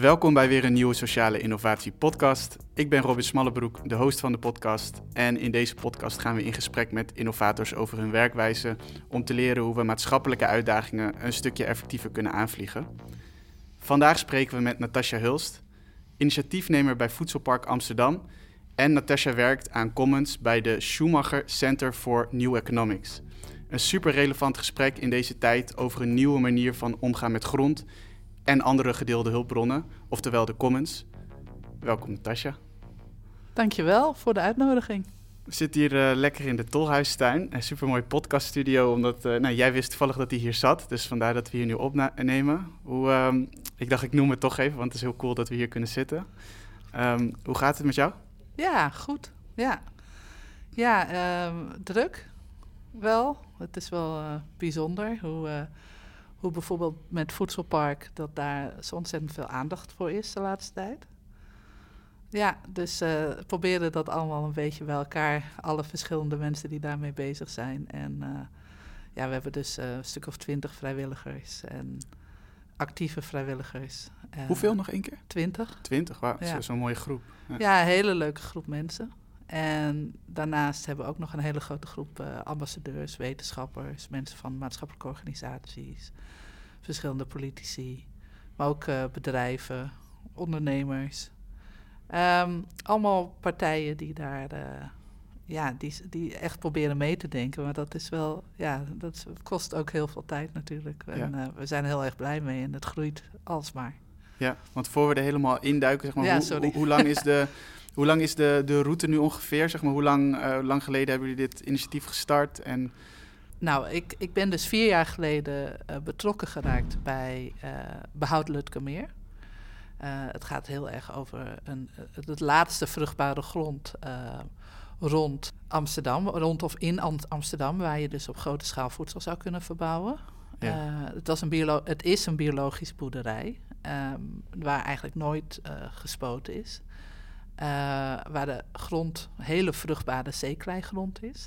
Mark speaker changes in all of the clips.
Speaker 1: Welkom bij weer een nieuwe Sociale Innovatie podcast. Ik ben Robin Smallebroek, de host van de podcast. En in deze podcast gaan we in gesprek met innovators over hun werkwijze om te leren hoe we maatschappelijke uitdagingen een stukje effectiever kunnen aanvliegen. Vandaag spreken we met Natasja Hulst, initiatiefnemer bij Voedselpark Amsterdam. En Natasja werkt aan Commons bij de Schumacher Center for New Economics. Een super relevant gesprek in deze tijd over een nieuwe manier van omgaan met grond en andere gedeelde hulpbronnen, oftewel de Commons. Welkom Natasja.
Speaker 2: Dankjewel voor de uitnodiging.
Speaker 1: We zitten hier lekker in de Tolhuistuin. Een supermooi podcaststudio, omdat jij wist toevallig dat hij hier zat. Dus vandaar dat we hier nu opnemen. Ik dacht, ik noem het toch even, want het is heel cool dat we hier kunnen zitten. Hoe gaat het met jou?
Speaker 2: Ja, goed. Ja, druk wel. Het is wel bijzonder hoe bijvoorbeeld met Voedselpark, dat daar zo ontzettend veel aandacht voor is de laatste tijd. Ja, dus proberen dat allemaal een beetje bij elkaar, alle verschillende mensen die daarmee bezig zijn. En we hebben dus een stuk of 20 vrijwilligers en actieve vrijwilligers.
Speaker 1: Hoeveel nog één keer?
Speaker 2: 20.
Speaker 1: 20, wauw,
Speaker 2: Ja.
Speaker 1: zo'n mooie groep.
Speaker 2: Ja, een hele leuke groep mensen. En daarnaast hebben we ook nog een hele grote groep ambassadeurs, wetenschappers, mensen van maatschappelijke organisaties, verschillende politici, maar ook bedrijven, ondernemers. Allemaal partijen die daar, die echt proberen mee te denken. Maar dat is wel, dat kost ook heel veel tijd natuurlijk. En we zijn er heel erg blij mee en het groeit alsmaar.
Speaker 1: Ja, want voor we er helemaal induiken, zeg maar,
Speaker 2: Ja,
Speaker 1: hoe lang is de route nu ongeveer? Zeg maar, hoe lang geleden hebben jullie dit initiatief gestart? En
Speaker 2: Nou, ik ben dus 4 jaar geleden betrokken geraakt bij Behoud Lutkemeer. Het gaat heel erg over het laatste vruchtbare grond rond Amsterdam, rond of in Amsterdam, waar je dus op grote schaal voedsel zou kunnen verbouwen.
Speaker 1: Ja.
Speaker 2: Het is een biologische boerderij, waar eigenlijk nooit gespoten is. Waar de grond hele vruchtbare zeekleigrond is.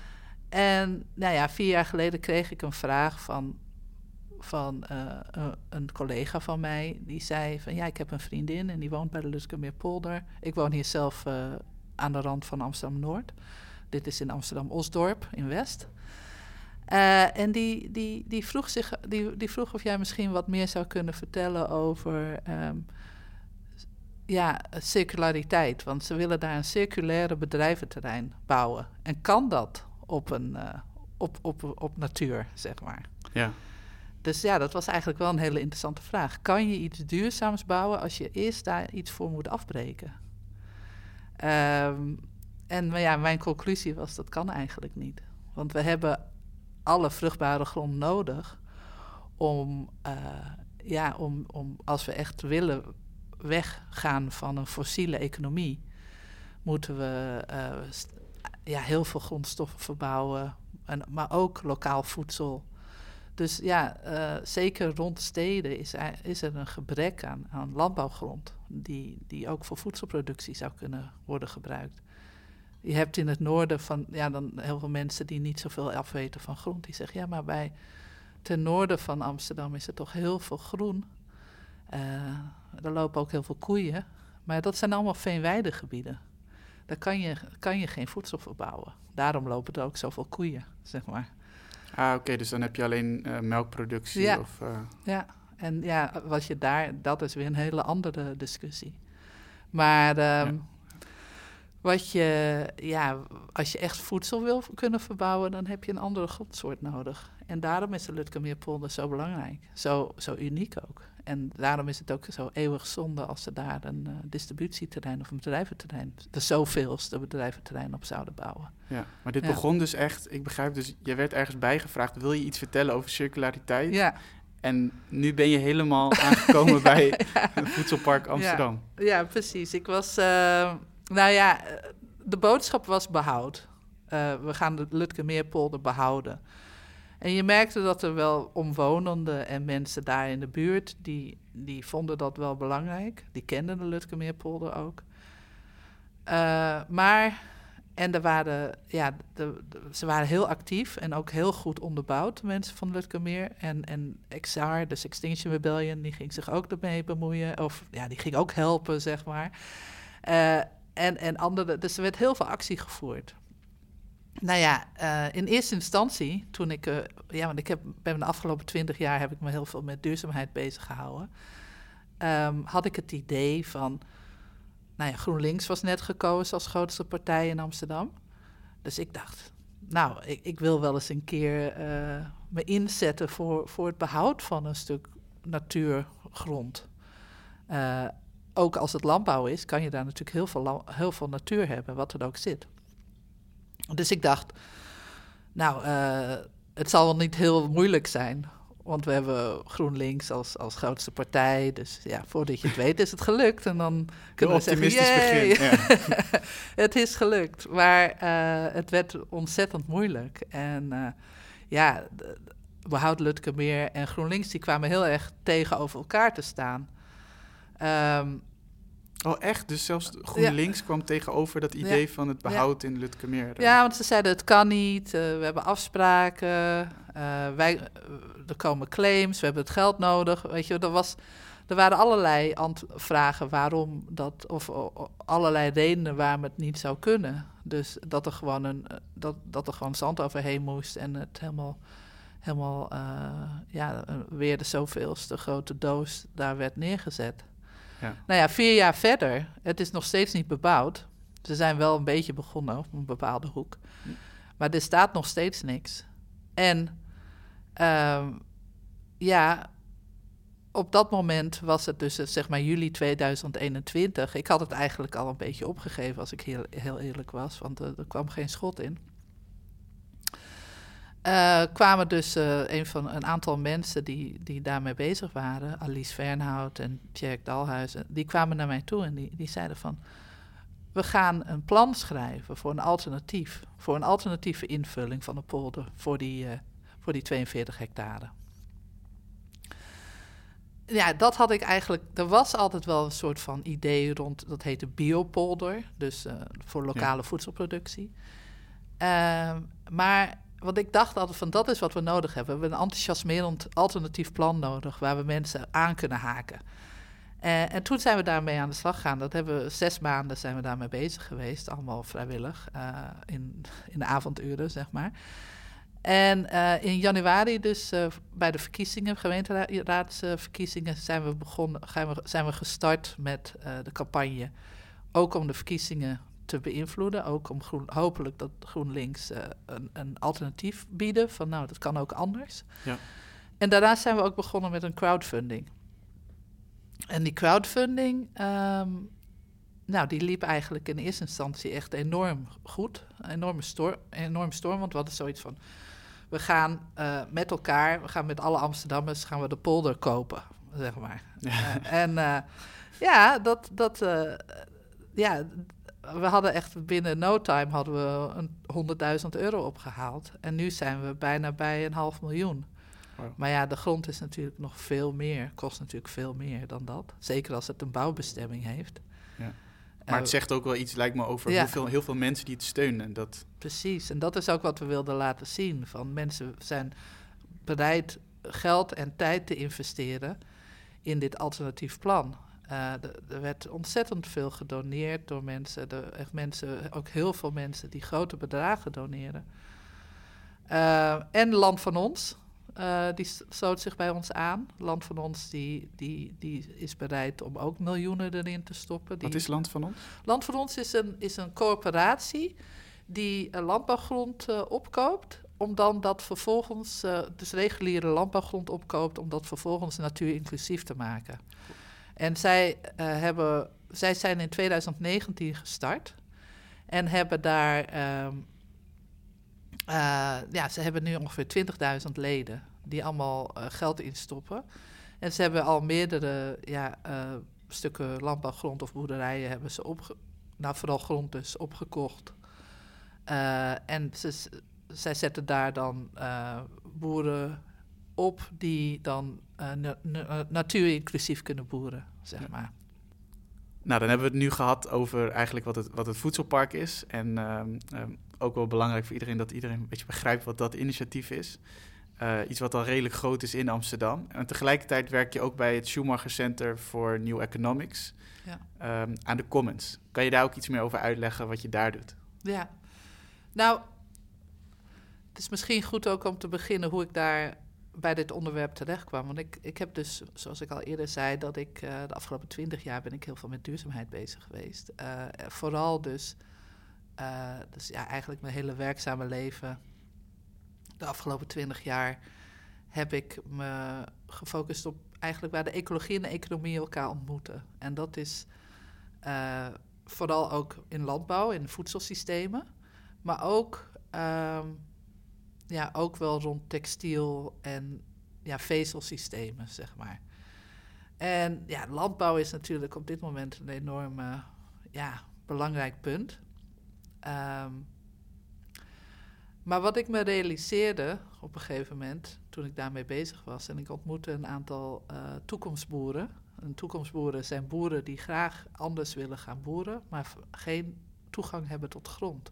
Speaker 2: En 4 jaar geleden kreeg ik een vraag van een collega van mij. Die zei van ik heb een vriendin en die woont bij de Lutkemeerpolder. Ik woon hier zelf aan de rand van Amsterdam-Noord. Dit is in Amsterdam-Osdorp in West. En die vroeg of jij misschien wat meer zou kunnen vertellen over circulariteit. Want ze willen daar een circulaire bedrijventerrein bouwen. En kan dat op natuur, zeg maar?
Speaker 1: ja.
Speaker 2: Dus dat was eigenlijk wel een hele interessante vraag. Kan je iets duurzaams bouwen als je eerst daar iets voor moet afbreken? Mijn conclusie was, dat kan eigenlijk niet. Want we hebben alle vruchtbare grond nodig om als we echt willen weggaan van een fossiele economie, moeten we heel veel grondstoffen verbouwen, maar ook lokaal voedsel. Dus zeker rond steden is er een gebrek aan landbouwgrond die ook voor voedselproductie zou kunnen worden gebruikt. Je hebt in het noorden dan heel veel mensen die niet zoveel afweten van grond. Die zeggen, maar ten noorden van Amsterdam is er toch heel veel groen. Er lopen ook heel veel koeien. Maar dat zijn allemaal veenweidegebieden. Daar kan je geen voedsel verbouwen. Daarom lopen er ook zoveel koeien, zeg maar.
Speaker 1: Oké, dus dan heb je alleen melkproductie.
Speaker 2: Ja.
Speaker 1: Of,
Speaker 2: Ja, en wat je dat is weer een hele andere discussie. Maar als je echt voedsel wil kunnen verbouwen, dan heb je een andere grondsoort nodig. En daarom is de Lutkemeerpolder zo belangrijk, zo uniek ook. En daarom is het ook zo eeuwig zonde als ze daar een distributieterrein of een bedrijventerrein, de zoveelste bedrijventerrein op zouden bouwen.
Speaker 1: Ja, maar dit begon dus echt, ik begrijp dus, je werd ergens bijgevraagd, wil je iets vertellen over circulariteit?
Speaker 2: Ja.
Speaker 1: En nu ben je helemaal aangekomen bij Voedselpark Amsterdam.
Speaker 2: Ja, precies. Ik was, de boodschap was behoud. We gaan de Lutkemeerpolder behouden. En je merkte dat er wel omwonenden en mensen daar in de buurt, die vonden dat wel belangrijk. Die kenden de Lutkemeerpolder ook. Maar En ze waren heel actief en ook heel goed onderbouwd, de mensen van Lutkemeer. En XR, dus Extinction Rebellion, die ging zich ook ermee bemoeien. Of ja, die ging ook helpen, zeg maar. En andere, dus er werd heel veel actie gevoerd. Nou ja, in eerste instantie, toen ik... want ben de afgelopen 20 jaar heb ik me heel veel met duurzaamheid bezig gehouden. Had ik het idee van... Nou ja, GroenLinks was net gekozen als grootste partij in Amsterdam. Dus ik dacht, ik wil wel eens een keer me inzetten voor het behoud van een stuk natuurgrond. Ook als het landbouw is, kan je daar natuurlijk heel veel natuur hebben, wat er ook zit. Dus ik dacht, het zal wel niet heel moeilijk zijn. Want we hebben GroenLinks als grootste partij. Dus ja, voordat je het weet is het gelukt. En dan kunnen we zeggen,
Speaker 1: begin. Ja.
Speaker 2: Het is gelukt. Maar het werd ontzettend moeilijk. En Behoud Lutkemeer en GroenLinks... die kwamen heel erg tegenover elkaar te staan.
Speaker 1: Echt? Dus zelfs GroenLinks kwam tegenover dat idee van het behoud in Lutkemeer?
Speaker 2: Ja, want ze zeiden het kan niet, we hebben afspraken, er komen claims, we hebben het geld nodig. Weet je, er waren allerlei vragen waarom dat, of allerlei redenen waarom het niet zou kunnen. Dus dat er gewoon zand overheen moest en het helemaal weer de zoveelste grote doos daar werd neergezet. Ja. Nou ja, 4 jaar verder, het is nog steeds niet bebouwd. Ze zijn wel een beetje begonnen op een bepaalde hoek. Maar er staat nog steeds niks. En op dat moment was het dus zeg maar juli 2021. Ik had het eigenlijk al een beetje opgegeven als ik heel eerlijk was. Want er kwam geen schot in. Kwamen dus een aantal mensen die daarmee bezig waren, Alice Fernhout en Pierre Dalhuizen, die kwamen naar mij toe en die zeiden van, we gaan een plan schrijven voor een alternatieve invulling van de polder voor die 42 hectare. Ja, dat had ik eigenlijk, er was altijd wel een soort van idee rond, dat heette biopolder, dus voor lokale voedselproductie. Maar want ik dacht altijd van, dat is wat we nodig hebben. We hebben een enthousiasmerend alternatief plan nodig, waar we mensen aan kunnen haken. En toen zijn we daarmee aan de slag gegaan. Dat hebben we 6 maanden zijn we daarmee bezig geweest, allemaal vrijwillig, in de avonduren, zeg maar. En in januari, dus bij de verkiezingen, gemeenteraadsverkiezingen, zijn we gestart met de campagne. Ook om de verkiezingen te beïnvloeden. Ook om hopelijk dat GroenLinks een alternatief bieden. Van dat kan ook anders. Ja. En daarna zijn we ook begonnen met een crowdfunding. En die crowdfunding, die liep eigenlijk in eerste instantie echt enorm goed. Enorm storm, want we hadden zoiets van, we gaan met elkaar, we gaan met alle Amsterdammers, gaan we de polder kopen, zeg maar. We hadden echt binnen no time hadden we €100.000 opgehaald. En nu zijn we bijna bij $500.000. Wow. Maar ja, de grond is natuurlijk nog veel meer, kost natuurlijk veel meer dan dat. Zeker als het een bouwbestemming heeft. Ja.
Speaker 1: Maar het zegt ook wel iets, lijkt me, over heel veel mensen die het steunen.
Speaker 2: Precies, en dat is ook wat we wilden laten zien. Van mensen zijn bereid geld en tijd te investeren in dit alternatief plan. Er werd ontzettend veel gedoneerd door mensen. Ook heel veel mensen die grote bedragen doneren. En Land van Ons, die sloot zich bij ons aan. Land van Ons die is bereid om ook miljoenen erin te stoppen.
Speaker 1: Wat is Land van Ons?
Speaker 2: Land van Ons is een corporatie die landbouwgrond opkoopt, om dan dat vervolgens, dus reguliere landbouwgrond opkoopt, om dat vervolgens natuurinclusief te maken. En zij zijn in 2019 gestart en hebben daar, ze hebben nu ongeveer 20.000 leden die allemaal geld instoppen. En ze hebben al meerdere stukken landbouwgrond of boerderijen hebben ze vooral grond dus opgekocht. En zij zetten daar dan boeren op die dan natuurinclusief kunnen boeren, zeg maar.
Speaker 1: Nou, dan hebben we het nu gehad over eigenlijk wat het voedselpark is. En ook wel belangrijk voor iedereen dat iedereen een beetje begrijpt wat dat initiatief is. Iets wat al redelijk groot is in Amsterdam. En tegelijkertijd werk je ook bij het Schumacher Center for New Economics aan de Commons. Kan je daar ook iets meer over uitleggen wat je daar doet?
Speaker 2: Ja, nou, het is misschien goed ook om te beginnen hoe ik daar bij dit onderwerp terecht kwam. Want ik heb dus, zoals ik al eerder zei, dat ik de afgelopen 20 jaar ben ik heel veel met duurzaamheid bezig geweest. Vooral dus eigenlijk mijn hele werkzame leven, de afgelopen 20 jaar, heb ik me gefocust op eigenlijk waar de ecologie en de economie elkaar ontmoeten. En dat is vooral ook in landbouw, in voedselsystemen, maar ook ook wel rond textiel en vezelsystemen, zeg maar. En landbouw is natuurlijk op dit moment een enorm belangrijk punt. Maar wat ik me realiseerde op een gegeven moment, toen ik daarmee bezig was, en ik ontmoette een aantal toekomstboeren. En toekomstboeren zijn boeren die graag anders willen gaan boeren, maar geen toegang hebben tot grond.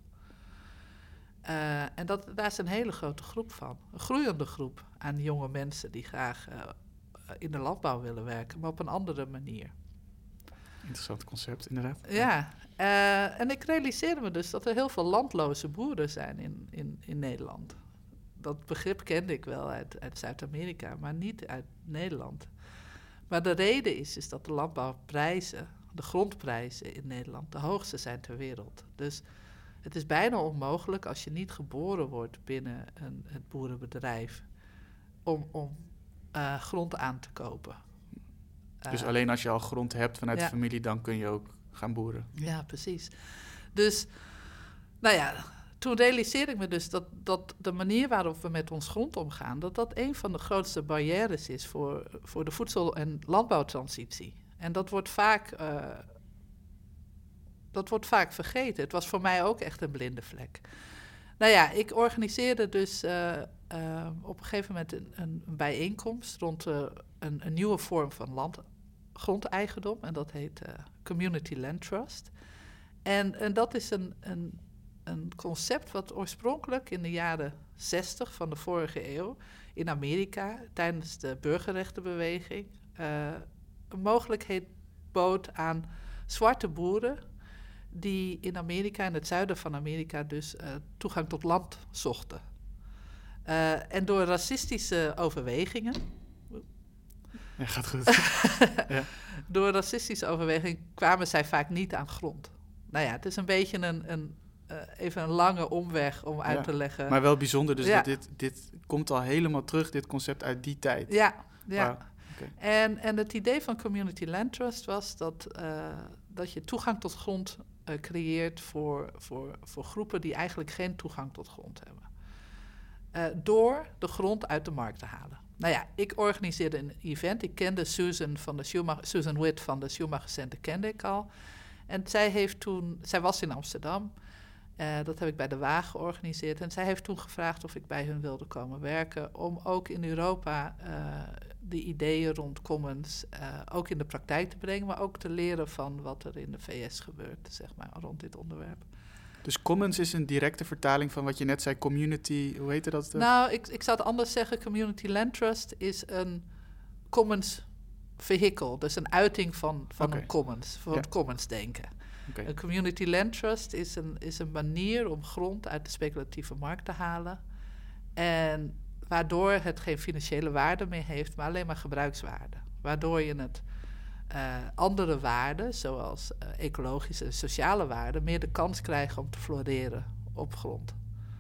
Speaker 2: En daar is een hele grote groep van. Een groeiende groep aan jonge mensen die graag in de landbouw willen werken, maar op een andere manier.
Speaker 1: Interessant concept, inderdaad.
Speaker 2: Ja, en ik realiseerde me dus dat er heel veel landloze boeren zijn in Nederland. Dat begrip kende ik wel uit Zuid-Amerika, maar niet uit Nederland. Maar de reden is dat de landbouwprijzen, de grondprijzen in Nederland, de hoogste zijn ter wereld. Dus het is bijna onmogelijk als je niet geboren wordt binnen het boerenbedrijf om grond aan te kopen.
Speaker 1: Dus alleen als je al grond hebt vanuit de familie, dan kun je ook gaan boeren.
Speaker 2: Ja, precies. Dus, toen realiseerde ik me dus dat de manier waarop we met ons grond omgaan, dat een van de grootste barrières is voor de voedsel- en landbouwtransitie. En dat wordt vaak vergeten. Het was voor mij ook echt een blinde vlek. Ik organiseerde dus op een gegeven moment een bijeenkomst rond een nieuwe vorm van grondeigendom. En dat heet Community Land Trust. En dat is een concept wat oorspronkelijk in de jaren 60 van de vorige eeuw in Amerika, tijdens de burgerrechtenbeweging, een mogelijkheid bood aan zwarte boeren die in Amerika, in het zuiden van Amerika, dus toegang tot land zochten. En door racistische overwegingen.
Speaker 1: Ja, gaat goed. Ja.
Speaker 2: Door racistische overwegingen kwamen zij vaak niet aan grond. Het is een beetje even een lange omweg om uit te leggen.
Speaker 1: Maar wel bijzonder, dus dat dit komt al helemaal terug, dit concept uit die tijd.
Speaker 2: Ja.
Speaker 1: Wow. Okay.
Speaker 2: En het idee van Community Land Trust was dat je toegang tot grond creëert voor groepen die eigenlijk geen toegang tot grond hebben. Door de grond uit de markt te halen. Ik organiseerde een event. Ik kende Susan Witt van de Schumacher Center, kende ik al. En zij was in Amsterdam. Dat heb ik bij de Waag georganiseerd. En zij heeft toen gevraagd of ik bij hun wilde komen werken, om ook in Europa de ideeën rond commons ook in de praktijk te brengen, maar ook te leren van wat er in de VS gebeurt, zeg maar, rond dit onderwerp.
Speaker 1: Dus commons is een directe vertaling van wat je net zei, community, hoe heette dat?
Speaker 2: Ik zou het anders zeggen. Community Land Trust is een commons vehicle, dus een uiting van een commons, van het commons denken. Okay. Een community land trust is een manier om grond uit de speculatieve markt te halen. En waardoor het geen financiële waarde meer heeft, maar alleen maar gebruikswaarde. Waardoor je het andere waarden, zoals ecologische en sociale waarden, meer de kans krijgt om te floreren op grond.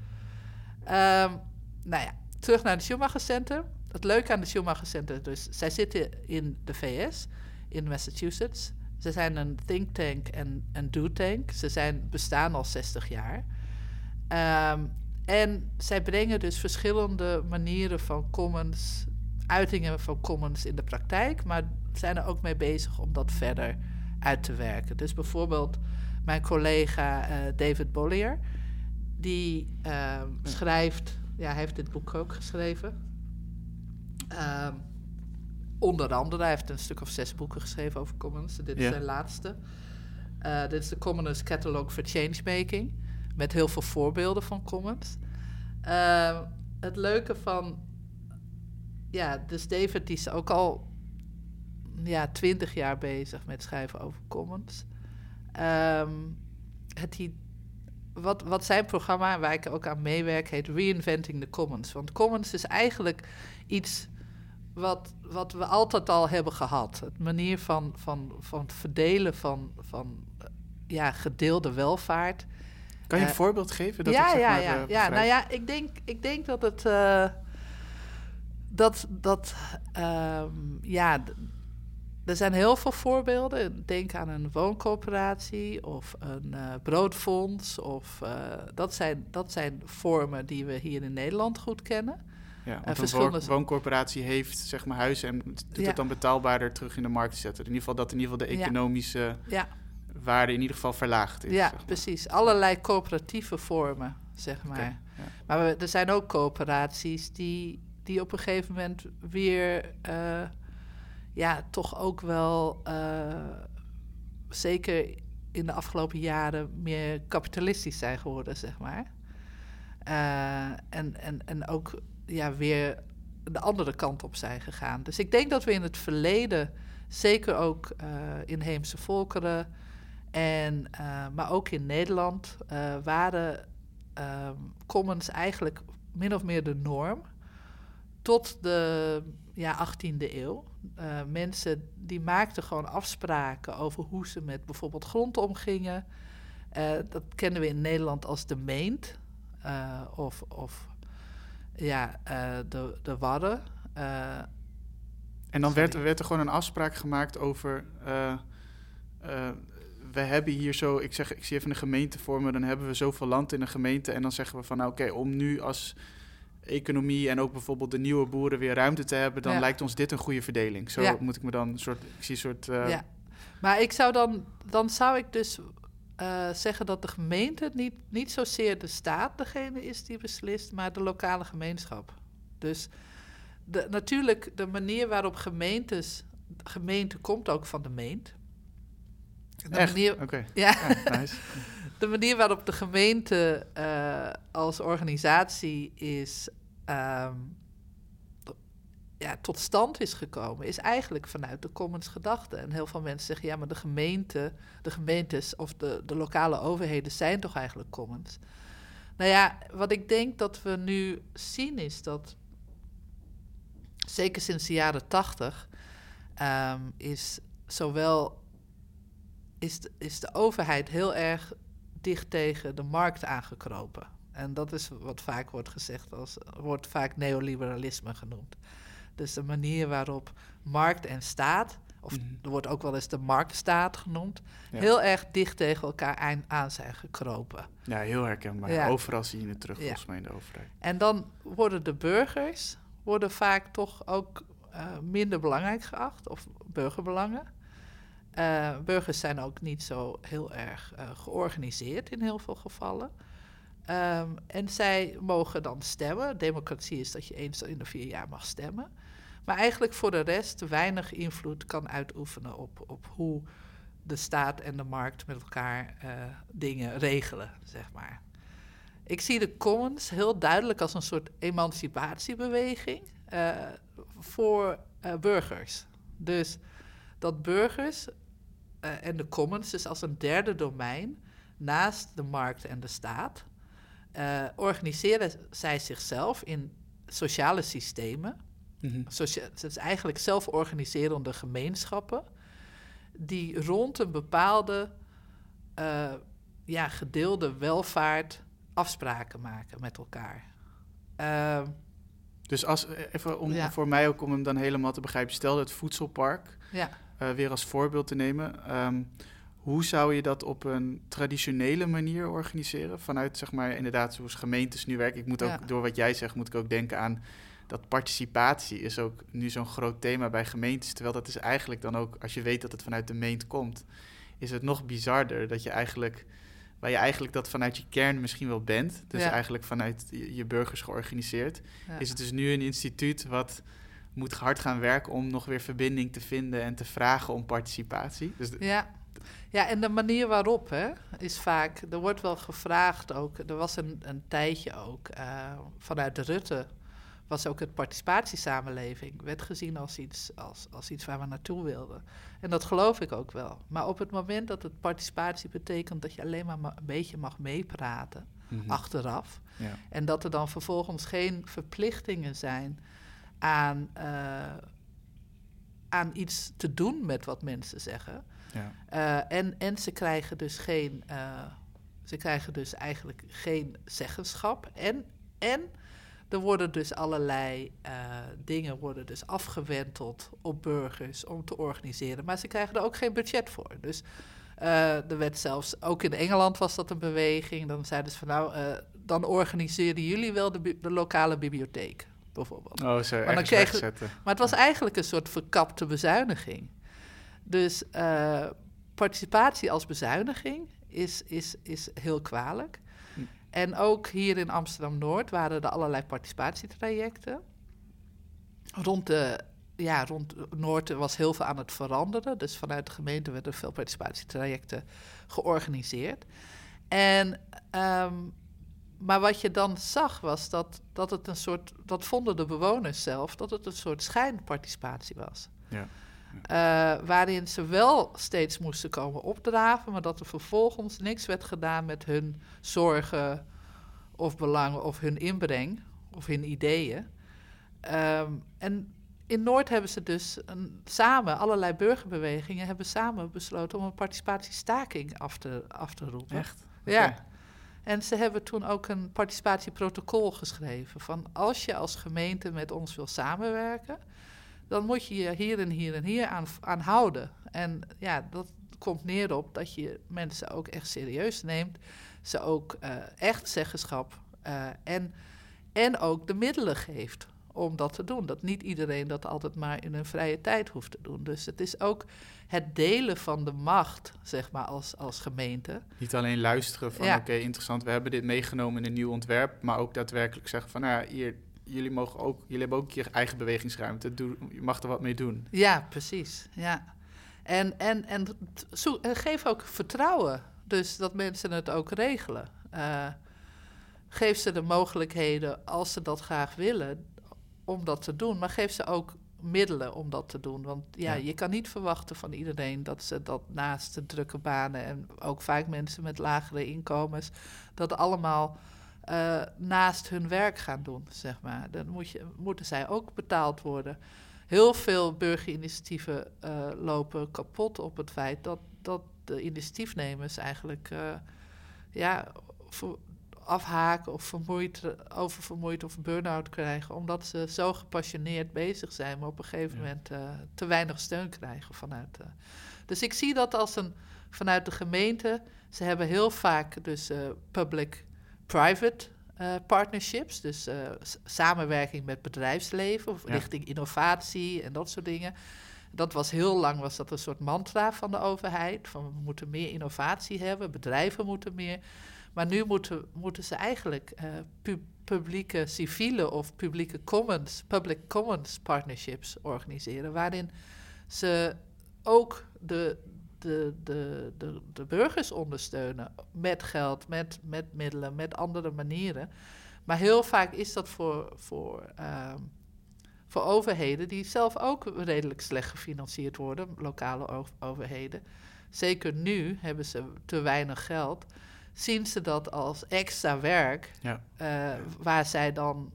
Speaker 2: Terug naar de Schumacher Center. Het leuke aan de Schumacher Center, dus zij zitten in de VS, in Massachusetts. Ze zijn een think tank en een do tank. Ze bestaan al 60 jaar. En zij brengen dus verschillende manieren van commons, uitingen van commons in de praktijk, maar zijn er ook mee bezig om dat verder uit te werken. Dus bijvoorbeeld mijn collega David Bollier, die schrijft, hij heeft dit boek ook geschreven. Onder andere, hij heeft een stuk of 6 boeken geschreven over commons. Dit is zijn laatste. Dit is de Commoners Catalog for Changemaking. Met heel veel voorbeelden van commons. Het leuke van... Ja, dus David die is ook al 20 jaar bezig met schrijven over commons. Wat zijn programma, waar ik ook aan meewerk, heet Reinventing the Commons. Want commons is eigenlijk iets wat we altijd al hebben gehad. Het manier van het verdelen van gedeelde welvaart.
Speaker 1: Kan je een voorbeeld geven? Dat
Speaker 2: Ik denk dat het... er zijn heel veel voorbeelden. Denk aan een wooncoöperatie of een broodfonds. Dat zijn vormen die we hier in Nederland goed kennen.
Speaker 1: Ja, want een wooncorporatie heeft zeg maar huizen en doet het dan betaalbaarder terug in de markt te zetten. In ieder geval dat de economische waarde in ieder geval verlaagd is.
Speaker 2: Ja,
Speaker 1: zeg maar.
Speaker 2: Precies. Allerlei coöperatieve vormen, zeg maar. Okay, ja. Maar er zijn ook coöperaties die op een gegeven moment weer... toch ook wel... zeker in de afgelopen jaren meer kapitalistisch zijn geworden, zeg maar. En ook weer de andere kant op zijn gegaan. Dus ik denk dat we in het verleden, zeker ook inheemse volkeren... maar ook in Nederland waren commons eigenlijk min of meer de norm... tot de 18e eeuw. Mensen die maakten gewoon afspraken over hoe ze met bijvoorbeeld grond omgingen. Dat kennen we in Nederland als de meent. De wadden.
Speaker 1: En dan werd er gewoon een afspraak gemaakt over... we hebben hier zo... Ik zie even een gemeente voor me. Dan hebben we zoveel land in een gemeente. En dan zeggen we van om nu als... economie en ook bijvoorbeeld de nieuwe boeren weer ruimte te hebben, dan lijkt ons dit een goede verdeling. Zo moet ik me dan
Speaker 2: Maar ik zou dan zou ik dus zeggen dat de gemeente niet zozeer de staat degene is die beslist, maar de lokale gemeenschap. Dus natuurlijk de manier waarop gemeente komt ook van de meent.
Speaker 1: Oké.
Speaker 2: Ja.
Speaker 1: Nice.
Speaker 2: De manier waarop de gemeente als organisatie is tot stand is gekomen, is eigenlijk vanuit de commons gedachte. En heel veel mensen zeggen, maar de gemeentes of de lokale overheden zijn toch eigenlijk commons. Wat ik denk dat we nu zien is dat, zeker sinds de jaren 80, is de overheid heel erg dicht tegen de markt aangekropen. En dat is wat vaak wordt gezegd wordt vaak neoliberalisme genoemd. Dus de manier waarop markt en staat, of er wordt ook wel eens de marktstaat genoemd, heel erg dicht tegen elkaar aan zijn gekropen.
Speaker 1: Ja, heel herkenbaar. Ja. Overal zie je het terug, volgens mij, in de overheid.
Speaker 2: En dan worden de burgers vaak toch ook minder belangrijk geacht, of burgerbelangen. Burgers zijn ook niet zo heel erg georganiseerd in heel veel gevallen. En zij mogen dan stemmen. Democratie is dat je eens in de 4 jaar mag stemmen. Maar eigenlijk voor de rest weinig invloed kan uitoefenen op hoe de staat en de markt met elkaar dingen regelen, zeg maar. Ik zie de commons heel duidelijk als een soort emancipatiebeweging voor burgers. Dus dat burgers en de commons, dus als een derde domein, naast de markt en de staat, organiseren zij zichzelf in sociale systemen. Mm-hmm. Het is eigenlijk zelforganiserende gemeenschappen die rond een bepaalde gedeelde welvaart afspraken maken met elkaar.
Speaker 1: Dus voor mij ook om hem dan helemaal te begrijpen, stel het voedselpark weer als voorbeeld te nemen. Hoe zou je dat op een traditionele manier organiseren? Vanuit, zeg maar, inderdaad, zoals gemeentes nu werken. Ik moet ook, door wat jij zegt, moet ik ook denken aan dat participatie is ook nu zo'n groot thema bij gemeentes. Terwijl dat is eigenlijk dan ook, als je weet dat het vanuit de meent komt, is het nog bizarder dat je eigenlijk, waar je eigenlijk dat vanuit je kern misschien wel bent, dus eigenlijk vanuit je burgers georganiseerd, is het dus nu een instituut moet hard gaan werken om nog weer verbinding te vinden en te vragen om participatie. Dus
Speaker 2: ja, en de manier waarop is vaak, er wordt wel gevraagd ook, er was een tijdje ook, vanuit de Rutte was ook het participatiesamenleving, werd gezien als iets waar we naartoe wilden. En dat geloof ik ook wel. Maar op het moment dat het participatie betekent dat je alleen maar een beetje mag meepraten, achteraf, en dat er dan vervolgens geen verplichtingen zijn aan iets te doen met wat mensen zeggen. Ja. En ze krijgen dus eigenlijk geen zeggenschap. En er worden dus allerlei dingen worden dus afgewenteld op burgers om te organiseren. Maar ze krijgen er ook geen budget voor. Dus er werd zelfs, ook in Engeland was dat een beweging. Dan zeiden ze van dan organiseren jullie wel de lokale bibliotheek, bijvoorbeeld.
Speaker 1: Oh, zo ergens wegzetten.
Speaker 2: Maar het was eigenlijk een soort verkapte bezuiniging. Dus participatie als bezuiniging is heel kwalijk. En ook hier in Amsterdam-Noord waren er allerlei participatietrajecten. Rond Noord was heel veel aan het veranderen. Dus vanuit de gemeente werden veel participatietrajecten georganiseerd. Maar wat je dan zag was dat het een soort, dat vonden de bewoners zelf, dat het een soort schijnparticipatie was. Ja. Waarin ze wel steeds moesten komen opdraven, maar dat er vervolgens niks werd gedaan met hun zorgen of belangen of hun inbreng of hun ideeën. En in Noord hebben ze dus samen, allerlei burgerbewegingen hebben samen besloten om een participatiestaking af te roepen.
Speaker 1: Echt?
Speaker 2: Ja.
Speaker 1: Okay.
Speaker 2: En ze hebben toen ook een participatieprotocol geschreven van als je als gemeente met ons wil samenwerken, dan moet je je hier en hier en hier aan houden. En ja, dat komt neer op dat je mensen ook echt serieus neemt. Ze ook echt zeggenschap en ook de middelen geeft om dat te doen. Dat niet iedereen dat altijd maar in hun vrije tijd hoeft te doen. Dus het is ook het delen van de macht, zeg maar, als gemeente.
Speaker 1: Niet alleen luisteren van oké, interessant, we hebben dit meegenomen in een nieuw ontwerp, maar ook daadwerkelijk zeggen van hier, jullie hebben ook je eigen bewegingsruimte. Je mag er wat mee doen.
Speaker 2: Ja, precies. Ja. En geef ook vertrouwen. Dus dat mensen het ook regelen. Geef ze de mogelijkheden, als ze dat graag willen, om dat te doen. Maar geef ze ook middelen om dat te doen. Want je kan niet verwachten van iedereen dat ze dat naast de drukke banen en ook vaak mensen met lagere inkomens, dat allemaal naast hun werk gaan doen, zeg maar. Dan moeten zij ook betaald worden. Heel veel burgerinitiatieven lopen kapot op het feit dat de initiatiefnemers eigenlijk afhaken of oververmoeid of burn-out krijgen, omdat ze zo gepassioneerd bezig zijn, maar op een gegeven moment te weinig steun krijgen vanuit. Dus ik zie dat als vanuit de gemeente. Ze hebben heel vaak dus public-private partnerships, dus samenwerking met bedrijfsleven of richting innovatie en dat soort dingen. Dat was heel lang een soort mantra van de overheid, van we moeten meer innovatie hebben, bedrijven moeten meer. Maar nu moeten ze eigenlijk publieke civiele of public commons partnerships organiseren, waarin ze ook de burgers ondersteunen met geld, met middelen, met andere manieren. Maar heel vaak is dat voor overheden die zelf ook redelijk slecht gefinancierd worden, lokale overheden. Zeker nu hebben ze te weinig geld. Zien ze dat als extra werk, waar zij dan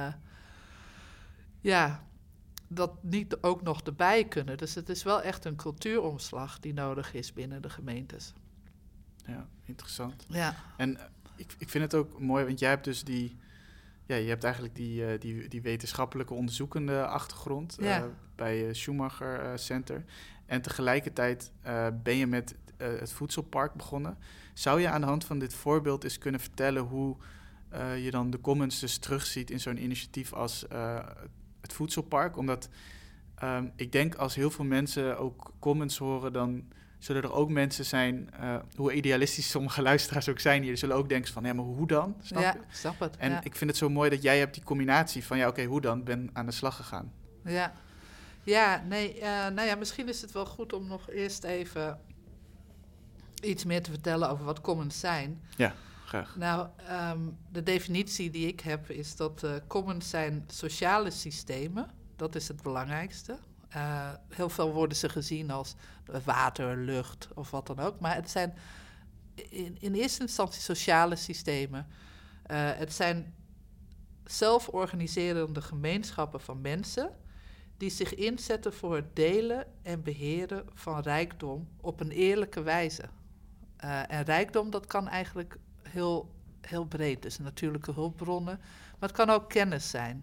Speaker 2: dat niet ook nog erbij kunnen. Dus het is wel echt een cultuuromslag die nodig is binnen de gemeentes.
Speaker 1: Ja, interessant.
Speaker 2: Ja.
Speaker 1: En ik vind het ook mooi, want jij hebt dus je hebt eigenlijk die wetenschappelijke onderzoekende achtergrond bij Schumacher Center. En tegelijkertijd ben je met het voedselpark begonnen. Zou je aan de hand van dit voorbeeld eens kunnen vertellen hoe je dan de commons dus terugziet in zo'n initiatief als het voedselpark? Omdat ik denk als heel veel mensen ook commons horen, dan zullen er ook mensen zijn, hoe idealistisch sommige luisteraars ook zijn hier, zullen ook denken van, maar hoe dan? Snap je?
Speaker 2: Snap het.
Speaker 1: En ik vind het zo mooi dat jij hebt die combinatie van, hoe dan? Ben aan de slag gegaan.
Speaker 2: Misschien is het wel goed om nog eerst even iets meer te vertellen over wat commons zijn.
Speaker 1: Ja, graag.
Speaker 2: Nou, de definitie die ik heb is dat commons zijn sociale systemen. Dat is het belangrijkste. Heel veel worden ze gezien als water, lucht of wat dan ook. Maar het zijn in eerste instantie sociale systemen. Het zijn zelforganiserende gemeenschappen van mensen die zich inzetten voor het delen en beheren van rijkdom op een eerlijke wijze. En rijkdom, dat kan eigenlijk heel breed. Dus natuurlijke hulpbronnen, maar het kan ook kennis zijn.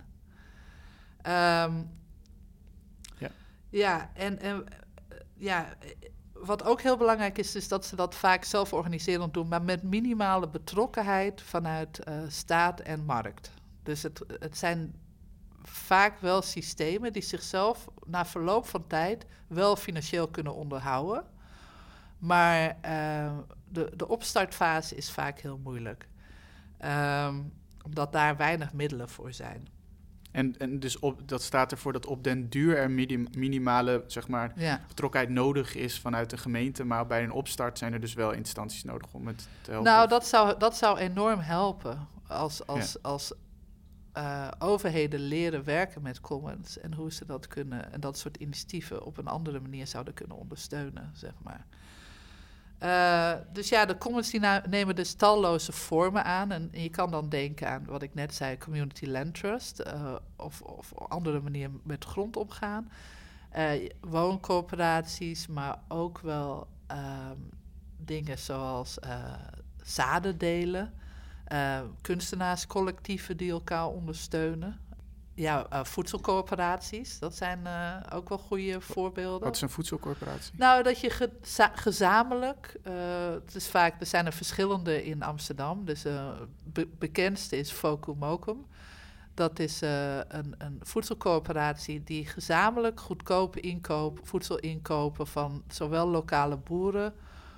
Speaker 2: Wat ook heel belangrijk is dat ze dat vaak zelforganiserend doen, maar met minimale betrokkenheid vanuit staat en markt. Dus het zijn vaak wel systemen die zichzelf na verloop van tijd wel financieel kunnen onderhouden. Maar de opstartfase is vaak heel moeilijk. Omdat daar weinig middelen voor zijn.
Speaker 1: En dus dat staat ervoor dat op den duur er minimale betrokkenheid nodig is vanuit de gemeente. Maar bij een opstart zijn er dus wel instanties nodig om het te helpen.
Speaker 2: Nou, dat zou enorm helpen als overheden leren werken met commons en hoe ze dat kunnen en dat soort initiatieven op een andere manier zouden kunnen ondersteunen, zeg maar. Dus de commons die nemen dus talloze vormen aan. En je kan dan denken aan wat ik net zei, community land trust, of andere manier met grond omgaan. Wooncoöperaties, maar ook wel dingen zoals zaden delen. Kunstenaarscollectieven die elkaar ondersteunen. Voedselcoöperaties, dat zijn ook wel goede voorbeelden.
Speaker 1: Wat is een voedselcoöperatie?
Speaker 2: Nou, dat je gezamenlijk, er zijn er verschillende in Amsterdam. Dus bekendste is Focumokum. Dat is een voedselcoöperatie die gezamenlijk goedkope voedsel inkopen van zowel lokale boeren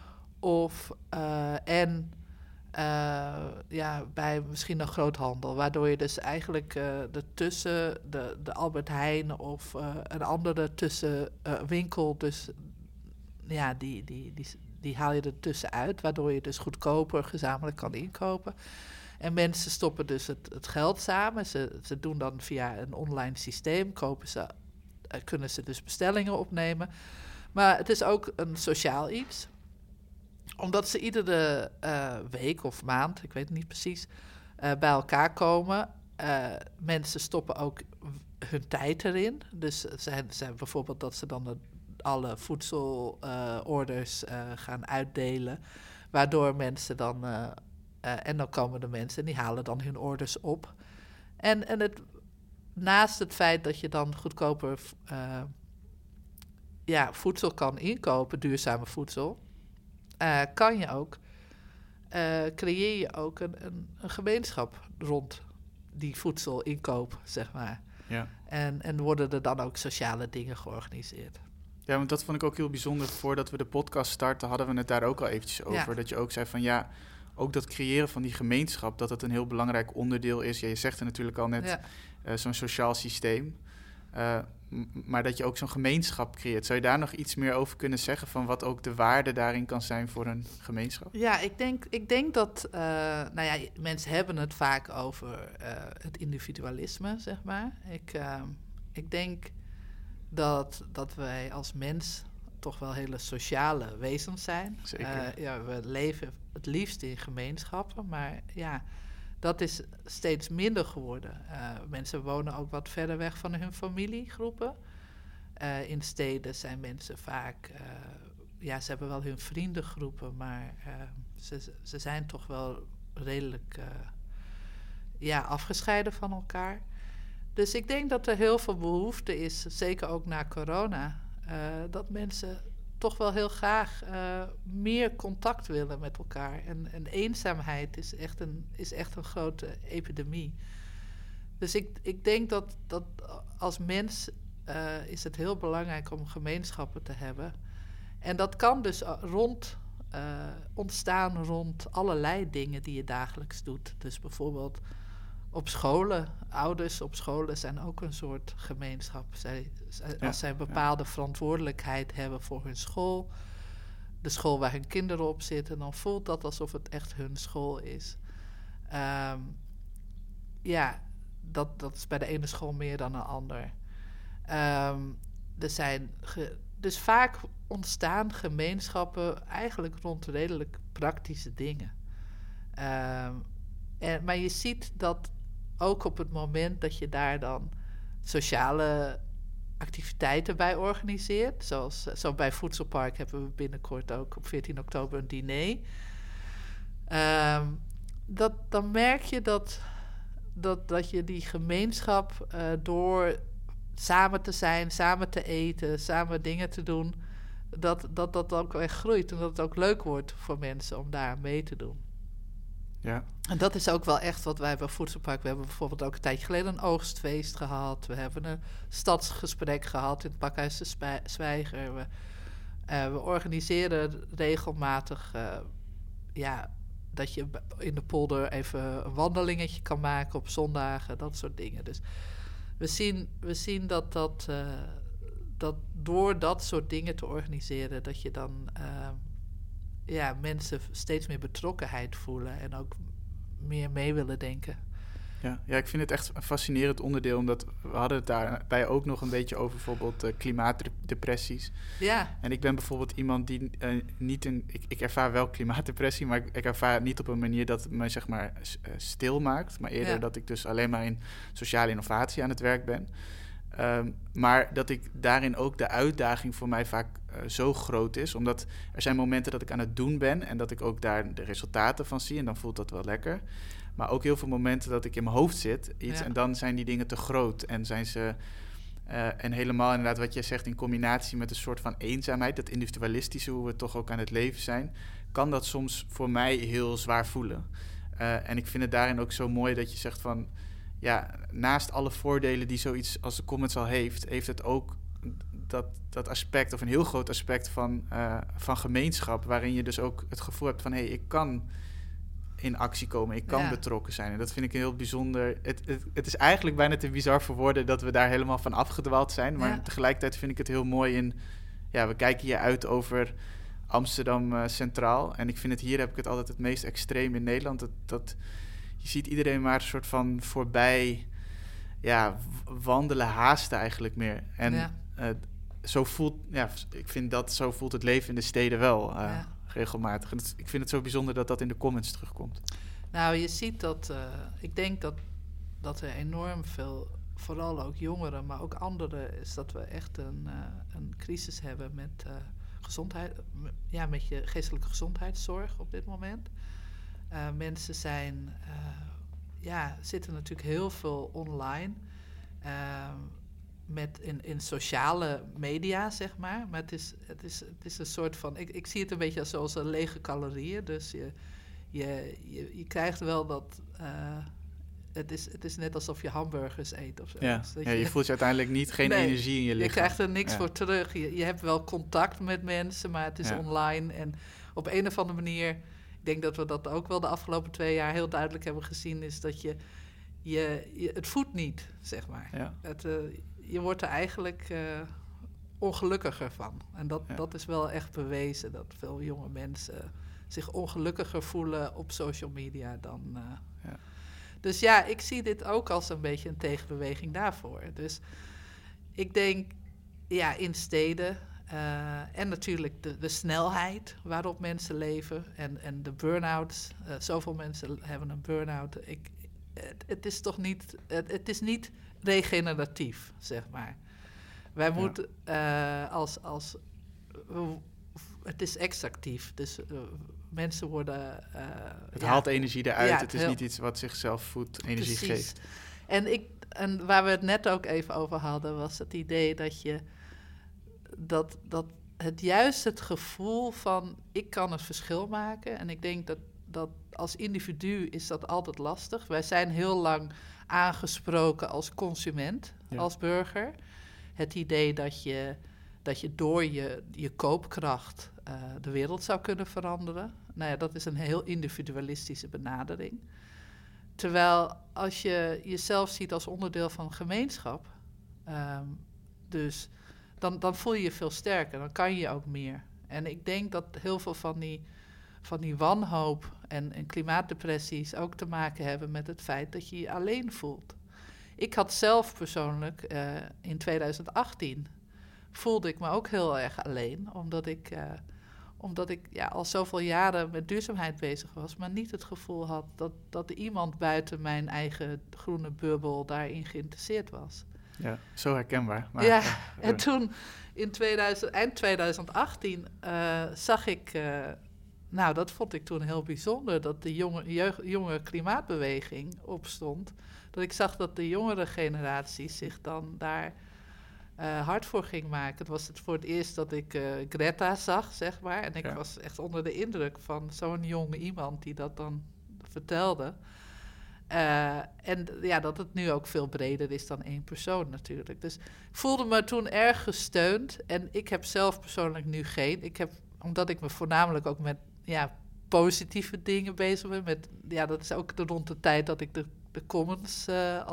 Speaker 2: bij misschien een groothandel. Waardoor je dus eigenlijk de Albert Heijn of een andere tussenwinkel, dus die haal je er tussenuit, waardoor je dus goedkoper gezamenlijk kan inkopen. En mensen stoppen dus het geld samen. Ze doen dan via een online systeem, kunnen ze dus bestellingen opnemen. Maar het is ook een sociaal iets, omdat ze iedere week of maand, ik weet het niet precies, bij elkaar komen. Mensen stoppen ook hun tijd erin. Dus zijn bijvoorbeeld dat ze dan alle voedselorders gaan uitdelen, waardoor mensen dan en dan komen de mensen en die halen dan hun orders op. En naast het feit dat je dan goedkoper voedsel kan inkopen, duurzame voedsel, creëer je ook een gemeenschap rond die voedselinkoop, zeg maar.
Speaker 1: Ja.
Speaker 2: En worden er dan ook sociale dingen georganiseerd.
Speaker 1: Ja, want dat vond ik ook heel bijzonder. Voordat we de podcast starten, hadden we het daar ook al eventjes over.
Speaker 2: Ja.
Speaker 1: Dat je ook zei van ook dat creëren van die gemeenschap, dat het een heel belangrijk onderdeel is. Ja, je zegt er natuurlijk al net, zo'n sociaal systeem. Maar dat je ook zo'n gemeenschap creëert. Zou je daar nog iets meer over kunnen zeggen, van wat ook de waarde daarin kan zijn voor een gemeenschap?
Speaker 2: Ja, ik denk dat mensen hebben het vaak over het individualisme, zeg maar. Ik denk dat wij als mens toch wel hele sociale wezens zijn.
Speaker 1: Zeker.
Speaker 2: We leven het liefst in gemeenschappen, maar dat is steeds minder geworden. Mensen wonen ook wat verder weg van hun familiegroepen. In steden zijn mensen vaak, ze hebben wel hun vriendengroepen, maar ze zijn toch wel redelijk afgescheiden van elkaar. Dus ik denk dat er heel veel behoefte is, zeker ook na corona, dat mensen toch wel heel graag meer contact willen met elkaar. En eenzaamheid is echt een grote epidemie. Dus ik denk dat als mens is het heel belangrijk om gemeenschappen te hebben. En dat kan dus ontstaan rond allerlei dingen die je dagelijks doet. Dus bijvoorbeeld op scholen, ouders op scholen zijn ook een soort gemeenschap. Als zij een bepaalde verantwoordelijkheid hebben voor hun school, de school waar hun kinderen op zitten, dan voelt dat alsof het echt hun school is. Dat is bij de ene school meer dan een ander. Dus vaak ontstaan gemeenschappen eigenlijk rond redelijk praktische dingen. Maar je ziet dat ook op het moment dat je daar dan sociale activiteiten bij organiseert. Zo bij Voedselpark hebben we binnenkort ook op 14 oktober een diner. Dan merk je dat je die gemeenschap door samen te zijn, samen te eten, samen dingen te doen, dat ook echt groeit en dat het ook leuk wordt voor mensen om daar mee te doen.
Speaker 1: Ja.
Speaker 2: En dat is ook wel echt wat wij bij Voedselpark... We hebben bijvoorbeeld ook een tijdje geleden een oogstfeest gehad. We hebben een stadsgesprek gehad in het Pakhuis de Zwijger. We organiseren regelmatig... dat je in de polder even een wandelingetje kan maken op zondagen. Dat soort dingen. Dus we zien dat door dat soort dingen te organiseren... dat je dan... mensen steeds meer betrokkenheid voelen en ook meer mee willen denken.
Speaker 1: Ja, ik vind het echt een fascinerend onderdeel, omdat we hadden het daarbij ook nog een beetje over bijvoorbeeld klimaatdepressies.
Speaker 2: Ja.
Speaker 1: En ik ben bijvoorbeeld iemand die ik ervaar wel klimaatdepressie, maar ik ervaar het niet op een manier dat het me zeg maar stil maakt, maar eerder dat ik dus alleen maar in sociale innovatie aan het werk ben. Maar dat ik daarin ook de uitdaging voor mij vaak zo groot is. Omdat er zijn momenten dat ik aan het doen ben en dat ik ook daar de resultaten van zie. En dan voelt dat wel lekker. Maar ook heel veel momenten dat ik in mijn hoofd zit. En dan zijn die dingen te groot. En zijn ze... en helemaal inderdaad wat jij zegt in combinatie met een soort van eenzaamheid. Dat individualistische, hoe we toch ook aan het leven zijn. Kan dat soms voor mij heel zwaar voelen. En ik vind het daarin ook zo mooi dat je zegt van... Ja, naast alle voordelen die zoiets als de Commons al heeft het ook dat aspect, of een heel groot aspect van gemeenschap, waarin je dus ook het gevoel hebt van, ik kan in actie komen, ik kan betrokken zijn. En dat vind ik een heel bijzonder... Het is eigenlijk bijna te bizar voor woorden dat we daar helemaal van afgedwaald zijn, maar tegelijkertijd vind ik het heel mooi in... Ja, we kijken hier uit over Amsterdam Centraal, en ik vind hier heb ik het altijd het meest extreem in Nederland, dat je ziet iedereen maar een soort van voorbij wandelen, haasten eigenlijk meer. En zo voelt, ik vind dat zo voelt het leven in de steden wel regelmatig. En ik vind het zo bijzonder dat dat in de comments terugkomt.
Speaker 2: Nou, je ziet dat, ik denk dat er enorm veel, vooral ook jongeren, maar ook anderen, is dat we echt een crisis hebben met gezondheid, met je geestelijke gezondheidszorg op dit moment. Mensen zitten natuurlijk heel veel online, in sociale media, zeg maar. Maar het is een soort van... Ik zie het een beetje zoals een lege calorieën. Dus je krijgt wel dat... Het is net alsof je hamburgers eet of zo.
Speaker 1: Ja, dus je voelt je uiteindelijk geen energie in je lichaam.
Speaker 2: Je krijgt er niks voor terug. Je hebt wel contact met mensen, maar het is online. En op een of andere manier... Ik denk dat we dat ook wel de afgelopen 2 jaar heel duidelijk hebben gezien... is dat je het voedt niet, zeg maar. Ja. Je wordt er eigenlijk ongelukkiger van. En dat is wel echt bewezen... dat veel jonge mensen zich ongelukkiger voelen op social media dan... Dus ik zie dit ook als een beetje een tegenbeweging daarvoor. Dus ik denk, in steden... en natuurlijk de snelheid waarop mensen leven en de burn-outs. Zoveel mensen hebben een burn-out. Het is toch niet... Het is niet regeneratief, zeg maar. Wij moeten het is extractief. Dus mensen worden...
Speaker 1: het haalt energie eruit. Het is niet iets wat zichzelf voedt, energie geeft.
Speaker 2: En waar we het net ook even over hadden... was het idee dat je... Dat het juist het gevoel van... ik kan het verschil maken. En ik denk dat als individu is dat altijd lastig. Wij zijn heel lang aangesproken als consument, als burger. Het idee dat je door je koopkracht de wereld zou kunnen veranderen. Nou ja, dat is een heel individualistische benadering. Terwijl als je jezelf ziet als onderdeel van een gemeenschap, dus dan voel je je veel sterker, dan kan je ook meer. En ik denk dat heel veel van die wanhoop en klimaatdepressies ook te maken hebben met het feit dat je je alleen voelt. Ik had zelf persoonlijk in 2018 voelde ik me ook heel erg alleen, omdat ik al zoveel jaren met duurzaamheid bezig was, maar niet het gevoel had dat er iemand buiten mijn eigen groene bubbel daarin geïnteresseerd was.
Speaker 1: Ja, zo herkenbaar. Maar,
Speaker 2: ja, en toen in eind 2018 zag ik, dat vond ik toen heel bijzonder, dat de jonge klimaatbeweging opstond. Dat ik zag dat de jongere generatie zich dan daar hard voor ging maken. Het was voor het eerst dat ik Greta zag, zeg maar. En ik was echt onder de indruk van zo'n jonge iemand die dat dan vertelde. En dat het nu ook veel breder is dan één persoon natuurlijk. Dus ik voelde me toen erg gesteund. En ik heb zelf persoonlijk nu omdat ik me voornamelijk ook met positieve dingen bezig ben. Dat is ook rond de tijd dat ik de commons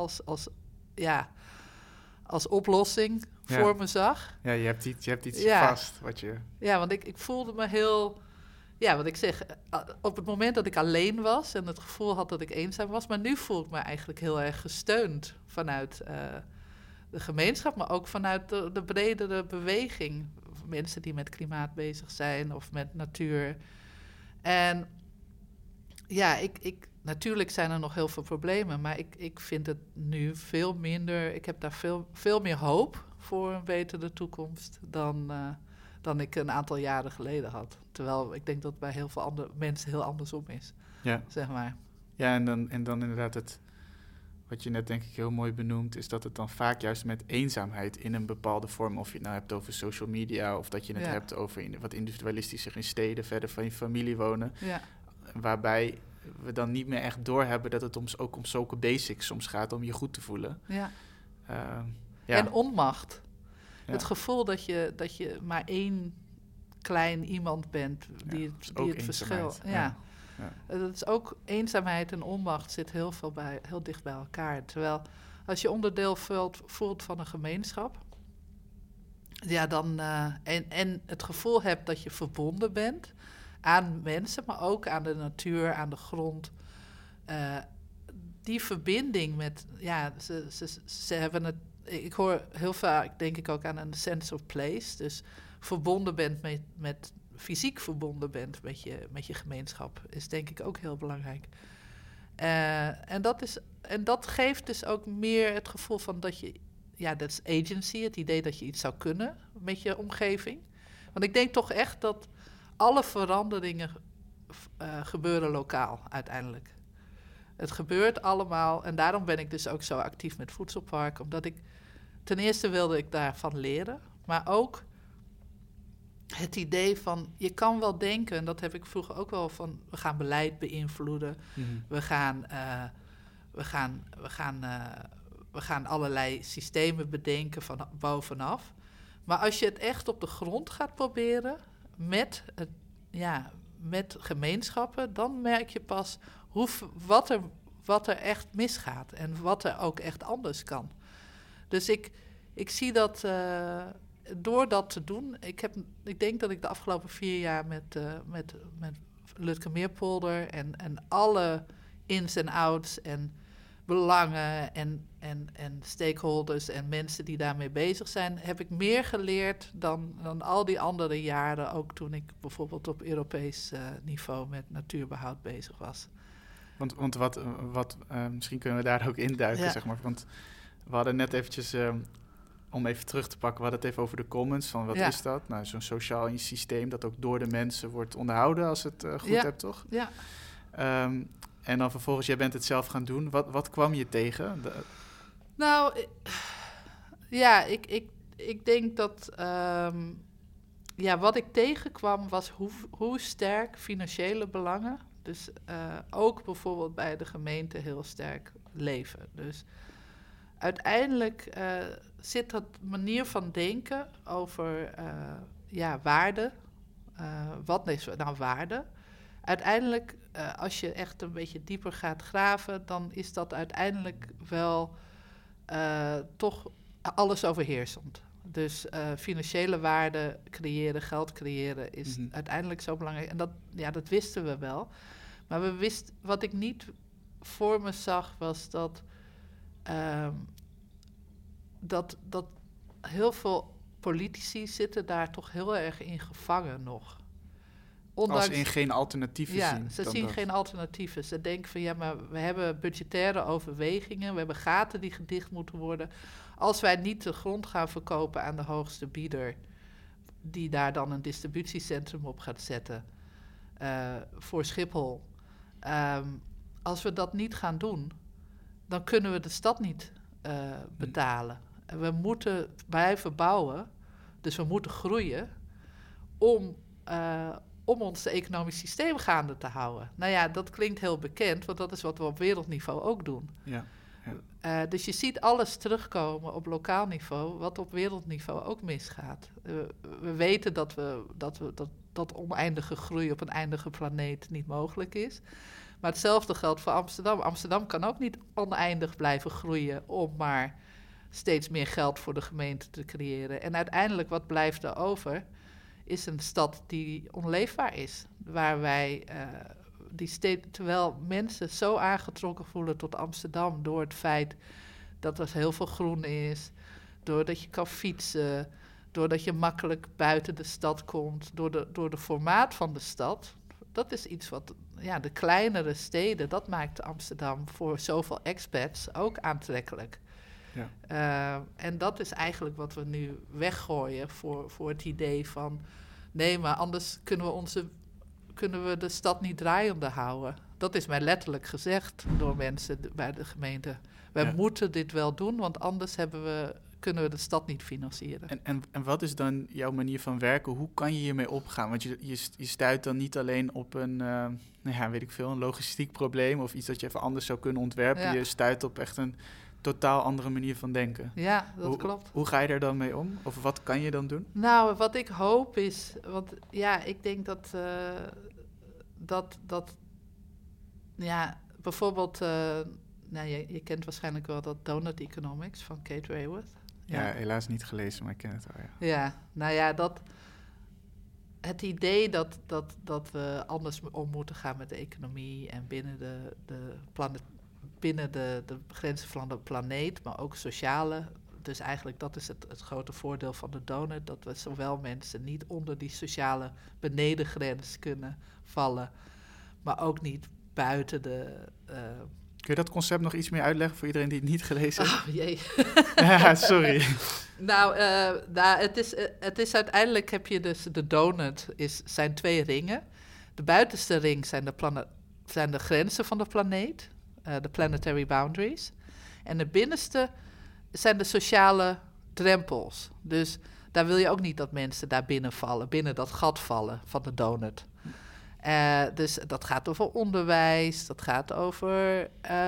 Speaker 2: als oplossing voor me zag.
Speaker 1: Ja, je hebt iets vast.
Speaker 2: Ja, want ik voelde me heel... Ja, wat ik zeg, op het moment dat ik alleen was en het gevoel had dat ik eenzaam was, maar nu voel ik me eigenlijk heel erg gesteund vanuit de gemeenschap, maar ook vanuit de bredere beweging. Mensen die met klimaat bezig zijn of met natuur. En natuurlijk zijn er nog heel veel problemen, maar ik vind het nu veel minder. Ik heb daar veel meer hoop voor een betere toekomst dan ik een aantal jaren geleden had. Terwijl ik denk dat het bij heel veel andere mensen heel andersom is.
Speaker 1: Ja.
Speaker 2: Zeg maar.
Speaker 1: Ja, en dan inderdaad wat je net denk ik heel mooi benoemt, is dat het dan vaak juist met eenzaamheid in een bepaalde vorm, of je het nou hebt over social media, of dat je het hebt over wat individualistischer in steden, verder van je familie wonen. Ja. Waarbij we dan niet meer echt doorhebben dat het ook om zulke basics soms gaat om je goed te voelen. Ja.
Speaker 2: En onmacht. Ja. Het gevoel dat je maar één klein iemand bent die het verschil... Ja. Dat is ook eenzaamheid en onmacht zit heel dicht bij elkaar. Terwijl als je onderdeel voelt van een gemeenschap, dan en het gevoel hebt dat je verbonden bent aan mensen, maar ook aan de natuur, aan de grond. Die verbinding met, ze hebben het. Ik hoor heel vaak, denk ik ook aan een sense of place. Dus verbonden bent fysiek verbonden bent met je gemeenschap is denk ik ook heel belangrijk. En dat geeft dus ook meer het gevoel van dat je, dat is agency, het idee dat je iets zou kunnen met je omgeving. Want ik denk toch echt dat alle veranderingen gebeuren lokaal uiteindelijk. Het gebeurt allemaal en daarom ben ik dus ook zo actief met Voedselpark, omdat ten eerste wilde ik daarvan leren, maar ook het idee van, je kan wel denken, en dat heb ik vroeger ook wel van, we gaan beleid beïnvloeden, we gaan allerlei systemen bedenken van bovenaf. Maar als je het echt op de grond gaat proberen met gemeenschappen, dan merk je pas wat er echt misgaat en wat er ook echt anders kan. Dus ik zie dat door dat te doen. Ik denk dat ik de afgelopen 4 jaar met Lutkemeerpolder en alle ins en outs en belangen en stakeholders en mensen die daarmee bezig zijn, heb ik meer geleerd dan al die andere jaren, ook toen ik bijvoorbeeld op Europees niveau met natuurbehoud bezig was.
Speaker 1: Want wat misschien kunnen we daar ook induiken, zeg maar. Want we hadden net eventjes, om even terug te pakken, we hadden het even over de commons. Van wat is dat? Nou, zo'n sociaal systeem dat ook door de mensen wordt onderhouden als het goed hebt, toch? Ja. En dan vervolgens, jij bent het zelf gaan doen. Wat kwam je tegen? Ik denk dat wat ik tegenkwam was hoe sterk financiële belangen, dus ook bijvoorbeeld bij de gemeente heel sterk leven. Dus uiteindelijk zit dat manier van denken over waarde. Wat is nou waarde?
Speaker 2: uiteindelijk, als je echt een beetje dieper gaat graven, dan is dat uiteindelijk wel toch alles overheersend. Dus financiële waarde creëren, geld creëren is uiteindelijk zo belangrijk. En dat wisten we wel. Maar wat ik niet voor me zag, was dat heel veel politici zitten daar toch heel erg in gevangen nog.
Speaker 1: Als in geen alternatieven zien.
Speaker 2: Ja, ze zien geen alternatieven. Ze denken van ja, maar we hebben budgettaire overwegingen. We hebben gaten die gedicht moeten worden. Als wij niet de grond gaan verkopen aan de hoogste bieder, die daar dan een distributiecentrum op gaat zetten voor Schiphol. Als we dat niet gaan doen, dan kunnen we de stad niet betalen. We moeten blijven bouwen, dus we moeten groeien om ons economisch systeem gaande te houden. Nou ja, dat klinkt heel bekend, want dat is wat we op wereldniveau ook doen.
Speaker 1: Ja.
Speaker 2: Dus je ziet alles terugkomen op lokaal niveau, wat op wereldniveau ook misgaat. We weten dat oneindige groei op een eindige planeet niet mogelijk is. Maar hetzelfde geldt voor Amsterdam. Amsterdam kan ook niet oneindig blijven groeien om maar steeds meer geld voor de gemeente te creëren. En uiteindelijk, wat blijft er over, is een stad die onleefbaar is. Waar wij, terwijl mensen zo aangetrokken voelen tot Amsterdam door het feit dat er heel veel groen is, doordat je kan fietsen, doordat je makkelijk buiten de stad komt, door de formaat van de stad. Dat is iets wat, de kleinere steden, dat maakt Amsterdam voor zoveel expats ook aantrekkelijk. Ja. En dat is eigenlijk wat we nu weggooien voor het idee van, nee, maar anders kunnen we de stad niet draaiende houden. Dat is mij letterlijk gezegd door mensen bij de gemeente. Wij moeten dit wel doen, want anders kunnen we de stad niet financieren.
Speaker 1: En wat is dan jouw manier van werken? Hoe kan je hiermee opgaan? Want je stuit dan niet alleen op een logistiek probleem of iets dat je even anders zou kunnen ontwerpen. Ja. Je stuit op echt een totaal andere manier van denken.
Speaker 2: Ja, dat klopt.
Speaker 1: Hoe ga je daar dan mee om? Of wat kan je dan doen?
Speaker 2: Nou, wat ik hoop is, ik denk dat bijvoorbeeld, je kent waarschijnlijk wel dat Donut Economics van Kate Raworth.
Speaker 1: Ja, helaas niet gelezen, maar ik ken het wel,
Speaker 2: het idee dat we anders om moeten gaan met de economie en binnen binnen de grenzen van de planeet, maar ook sociale. Dus eigenlijk dat is het grote voordeel van de donut, dat we zowel mensen niet onder die sociale benedengrens kunnen vallen, maar ook niet buiten de...
Speaker 1: Kun je dat concept nog iets meer uitleggen voor iedereen die het niet gelezen heeft?
Speaker 2: Oh, jee.
Speaker 1: Ja, sorry.
Speaker 2: Het is uiteindelijk heb je dus de donut, zijn 2 ringen. De buitenste ring zijn de grenzen van de planeet, de planetary boundaries. En de binnenste zijn de sociale drempels. Dus daar wil je ook niet dat mensen daar binnen dat gat vallen van de donut. Dus dat gaat over onderwijs, dat gaat over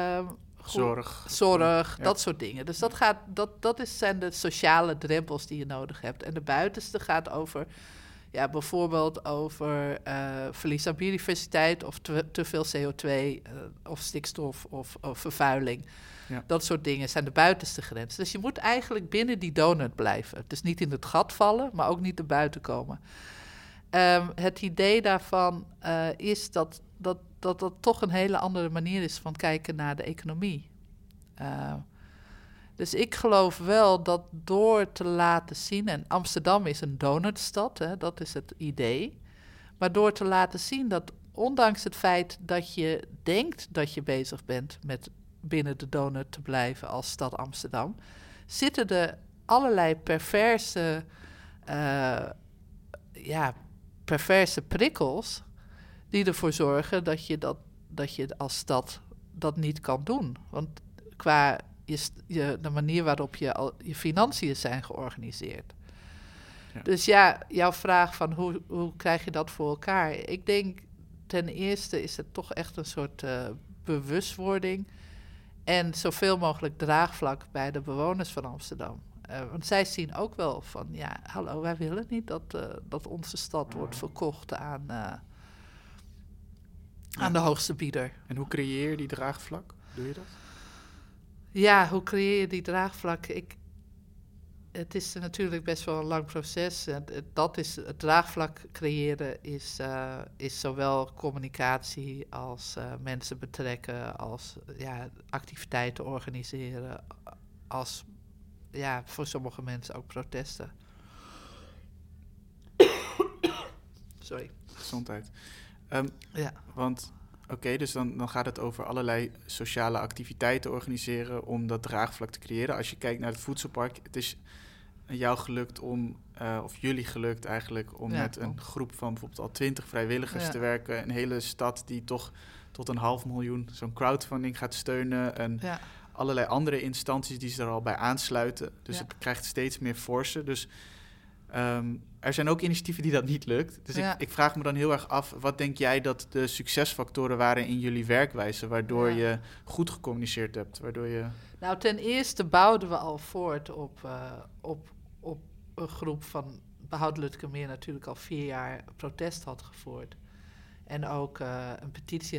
Speaker 2: zorg, dat soort dingen. Dus zijn de sociale drempels die je nodig hebt. En de buitenste gaat over, bijvoorbeeld over verlies aan biodiversiteit of te veel CO2 of stikstof of vervuiling. Ja. Dat soort dingen zijn de buitenste grenzen. Dus je moet eigenlijk binnen die donut blijven. Dus niet in het gat vallen, maar ook niet erbuiten komen. Het idee daarvan is dat toch een hele andere manier is van kijken naar de economie. Dus ik geloof wel dat door te laten zien, en Amsterdam is een donutstad, dat is het idee, maar door te laten zien dat ondanks het feit dat je denkt dat je bezig bent met binnen de donut te blijven als stad Amsterdam, zitten er allerlei perverse prikkels die ervoor zorgen dat je als stad dat niet kan doen. Want qua de manier waarop je financiën zijn georganiseerd. Ja. Dus jouw vraag van hoe krijg je dat voor elkaar? Ik denk ten eerste is het toch echt een soort bewustwording en zoveel mogelijk draagvlak bij de bewoners van Amsterdam. Want zij zien ook wel van, wij willen niet dat onze stad wordt verkocht aan de hoogste bieder.
Speaker 1: En hoe creëer je die draagvlak? Doe je dat?
Speaker 2: Ja, hoe creëer je die draagvlak? Het is natuurlijk best wel een lang proces. Het draagvlak creëren is zowel communicatie als mensen betrekken, als activiteiten organiseren, als voor sommige mensen ook protesten. Sorry.
Speaker 1: Gezondheid. Want dus dan gaat het over allerlei sociale activiteiten organiseren om dat draagvlak te creëren. Als je kijkt naar het voedselpark, het is jou gelukt of jullie gelukt eigenlijk, om met een groep van bijvoorbeeld al 20 vrijwilligers te werken. Een hele stad die toch tot 500.000 zo'n crowdfunding gaat steunen. En allerlei andere instanties die zich er al bij aansluiten. Dus het krijgt steeds meer force. Dus er zijn ook initiatieven die dat niet lukt. Dus ik vraag me dan heel erg af, wat denk jij dat de succesfactoren waren in jullie werkwijze, waardoor je goed gecommuniceerd hebt?
Speaker 2: Nou, ten eerste bouwden we al voort op een groep van Behoud Lutkemeer natuurlijk al 4 jaar protest had gevoerd. En ook een petitie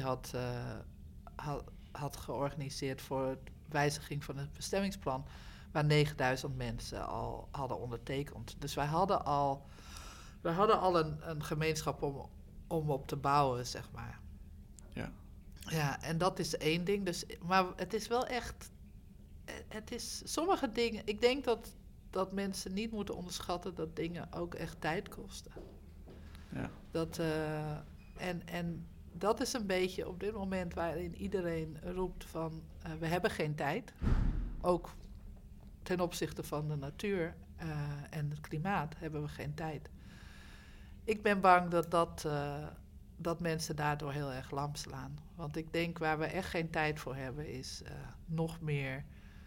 Speaker 2: had georganiseerd voor de wijziging van het bestemmingsplan, waar 9000 mensen al hadden ondertekend. Dus wij hadden al een gemeenschap om op te bouwen, zeg maar.
Speaker 1: Ja.
Speaker 2: Ja, en dat is 1 ding. Dus, maar het is wel echt... Het is sommige dingen... Ik denk dat mensen niet moeten onderschatten dat dingen ook echt tijd kosten.
Speaker 1: Ja.
Speaker 2: En dat is een beetje op dit moment waarin iedereen roept van... we hebben geen tijd. Ook ten opzichte van de natuur en het klimaat hebben we geen tijd. Ik ben bang dat mensen daardoor heel erg lam slaan. Want ik denk waar we echt geen tijd voor hebben is nog meer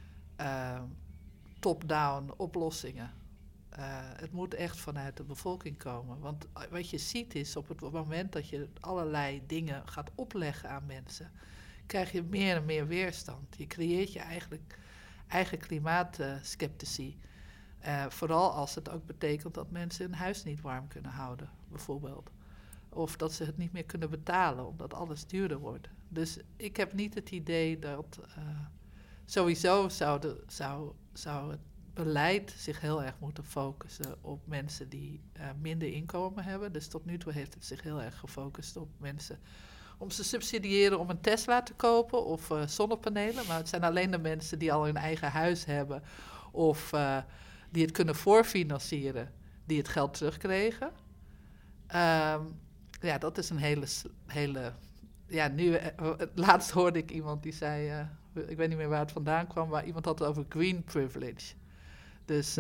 Speaker 2: top-down oplossingen. Het moet echt vanuit de bevolking komen. Want wat je ziet is op het moment dat je allerlei dingen gaat opleggen aan mensen, krijg je meer en meer weerstand. Je creëert je eigen klimaatskeptici. Vooral als het ook betekent dat mensen hun huis niet warm kunnen houden, bijvoorbeeld. Of dat ze het niet meer kunnen betalen, omdat alles duurder wordt. Dus ik heb niet het idee dat... sowieso zou het beleid zich heel erg moeten focussen op mensen die minder inkomen hebben. Dus tot nu toe heeft het zich heel erg gefocust op mensen om ze subsidiëren om een Tesla te kopen of zonnepanelen. Maar het zijn alleen de mensen die al hun eigen huis hebben of die het kunnen voorfinancieren, die het geld terugkregen. Dat is een hele laatst hoorde ik iemand die zei, ik weet niet meer waar het vandaan kwam, maar iemand had het over green privilege. Dus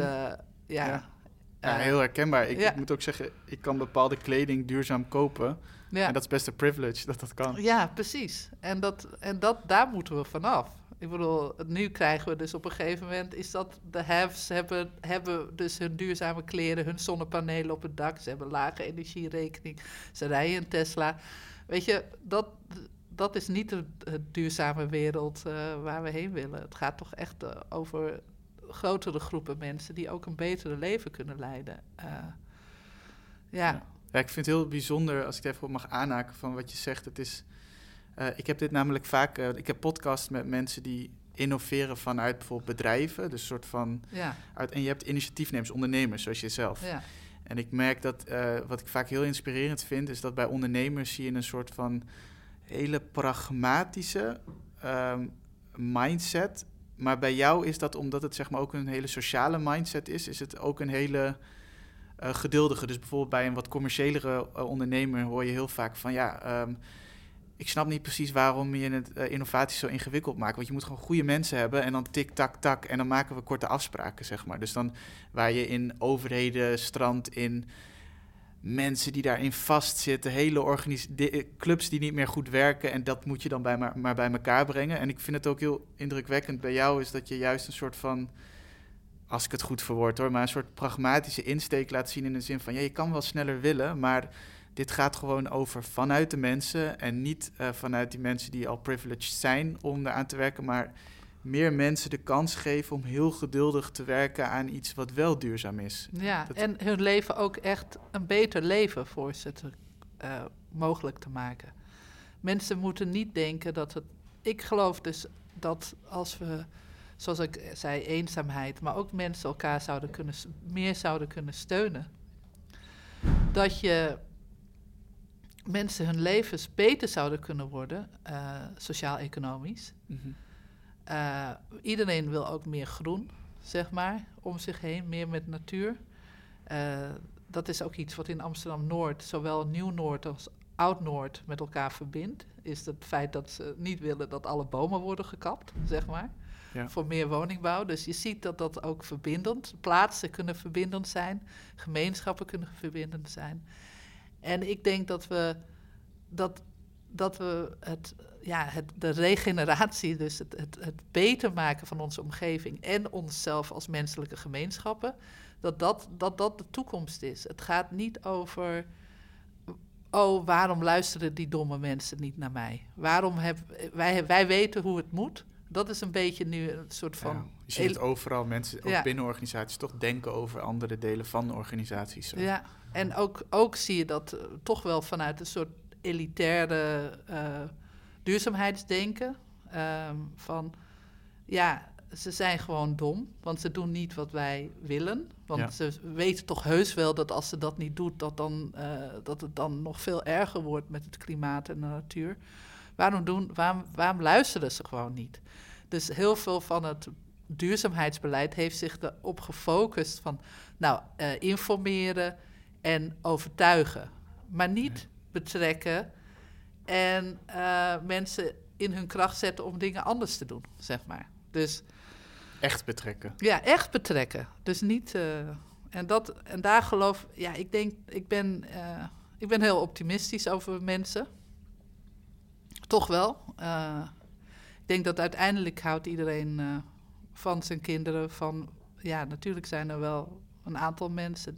Speaker 2: heel
Speaker 1: herkenbaar. Ik moet ook zeggen, ik kan bepaalde kleding duurzaam kopen. Ja. En dat is best een privilege dat kan.
Speaker 2: Ja, precies. En daar moeten we vanaf. Ik bedoel, nu krijgen we dus op een gegeven moment... is dat de haves hebben dus hun duurzame kleren, hun zonnepanelen op het dak. Ze hebben lage energierekening. Ze rijden een Tesla. Weet je, dat is niet de duurzame wereld waar we heen willen. Het gaat toch echt over grotere groepen mensen die ook een betere leven kunnen leiden.
Speaker 1: Ja, ik vind het heel bijzonder, als ik het even op mag aanhaken van wat je zegt. Het is, ik heb dit namelijk vaak... ik heb podcasts met mensen die innoveren vanuit bijvoorbeeld bedrijven. Dus soort van... en je hebt initiatiefnemers, ondernemers, zoals jezelf.
Speaker 2: Ja.
Speaker 1: En ik merk dat, wat ik vaak heel inspirerend vind, is dat bij ondernemers zie je een soort van hele pragmatische mindset. Maar bij jou is dat, omdat het zeg maar ook een hele sociale mindset is het ook een hele geduldige. Dus bijvoorbeeld bij een wat commerciëlere ondernemer hoor je heel vaak van ik snap niet precies waarom je het innovatie zo ingewikkeld maakt. Want je moet gewoon goede mensen hebben en dan tik, tak, tak. En dan maken we korte afspraken, zeg maar. Dus dan waar je in overheden strandt, in mensen die daarin vastzitten, hele clubs die niet meer goed werken. En dat moet je dan maar bij elkaar brengen. En ik vind het ook heel indrukwekkend bij jou is dat je juist een soort van, als ik het goed verwoord hoor, maar een soort pragmatische insteek laat zien in de zin van, je kan wel sneller willen, maar dit gaat gewoon over vanuit de mensen en niet vanuit die mensen die al privileged zijn om eraan te werken, maar meer mensen de kans geven om heel geduldig te werken aan iets wat wel duurzaam is.
Speaker 2: Ja, en hun leven ook echt een beter leven voor ze mogelijk te maken. mensen moeten niet denken dat het... Ik geloof dus dat als we, zoals ik zei, eenzaamheid, maar ook mensen elkaar meer zouden kunnen steunen, dat je mensen hun levens beter zouden kunnen worden, sociaal-economisch.
Speaker 1: Mhm.
Speaker 2: Iedereen wil ook meer groen, zeg maar, om zich heen, meer met natuur. Dat is ook iets wat in Amsterdam-Noord, zowel Nieuw-Noord als Oud-Noord met elkaar verbindt. Is het feit dat ze niet willen dat alle bomen worden gekapt, zeg maar. Ja. Voor meer woningbouw. Dus je ziet dat dat ook verbindend. Plaatsen kunnen verbindend zijn. Gemeenschappen kunnen verbindend zijn. En ik denk dat we de regeneratie, dus het beter maken van onze omgeving en onszelf als menselijke gemeenschappen, dat de toekomst is. Het gaat niet over, waarom luisteren die domme mensen niet naar mij? Wij weten hoe het moet. Dat is een beetje nu een soort van... Ja,
Speaker 1: je ziet het overal, mensen ook binnen organisaties toch denken over andere delen van de organisaties. Zo.
Speaker 2: Ja, en ook zie je dat toch wel vanuit een soort elitaire duurzaamheidsdenken. Ze zijn gewoon dom, want ze doen niet wat wij willen. Want ze weten toch heus wel dat als ze dat niet doet, dat het dan nog veel erger wordt met het klimaat en de natuur. Waarom luisteren ze gewoon niet? Dus heel veel van het duurzaamheidsbeleid heeft zich erop gefocust van informeren en overtuigen. Maar niet betrekken en mensen in hun kracht zetten om dingen anders te doen, zeg maar. Dus
Speaker 1: echt betrekken.
Speaker 2: Ja, echt betrekken. Dus niet... en daar geloof... Ja, ik ben heel optimistisch over mensen. Toch wel. Ik denk dat uiteindelijk houdt iedereen van zijn kinderen van... Ja, natuurlijk zijn er wel een aantal mensen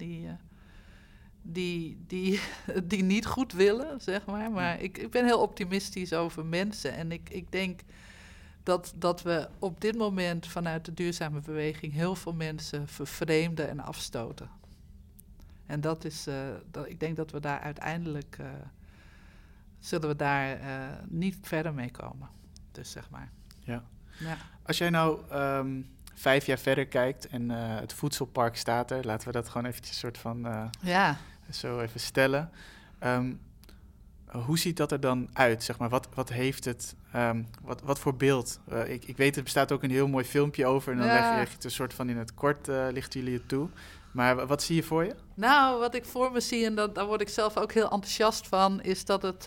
Speaker 2: die niet goed willen, zeg maar. Maar ik ben heel optimistisch over mensen. En ik denk dat we op dit moment vanuit de duurzame beweging heel veel mensen vervreemden en afstoten. En dat is... ik denk dat we daar uiteindelijk... zullen we daar niet verder mee komen. Dus zeg maar.
Speaker 1: Ja. Als jij nou 5 jaar verder kijkt en het voedselpark staat er, laten we dat gewoon eventjes soort van zo even stellen. Hoe ziet dat er dan uit? Zeg maar? Wat heeft het? Wat voor beeld? Ik weet, er bestaat ook een heel mooi filmpje over en dan leg je het een soort van in het kort, lichten jullie het toe. Maar wat zie je voor je?
Speaker 2: Nou, wat ik voor me zie, en daar word ik zelf ook heel enthousiast van, is dat het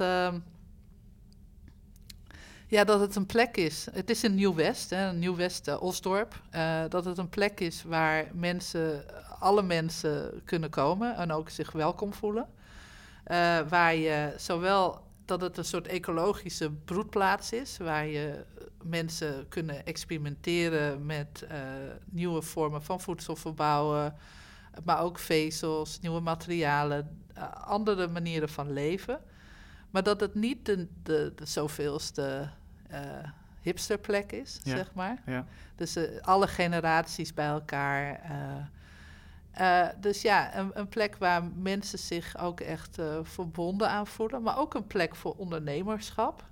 Speaker 2: een plek is. Het is in Nieuw-West, Nieuw-West-Osdorp. Dat het een plek is waar alle mensen kunnen komen en ook zich welkom voelen. Waar je zowel dat het een soort ecologische broedplaats is, waar je mensen kunnen experimenteren met nieuwe vormen van voedsel verbouwen, maar ook vezels, nieuwe materialen, andere manieren van leven. Maar dat het niet de zoveelste hipsterplek is, zeg maar. Ja. Dus alle generaties bij elkaar. Dus ja, een plek waar mensen zich ook echt verbonden aan voelen. Maar ook een plek voor ondernemerschap.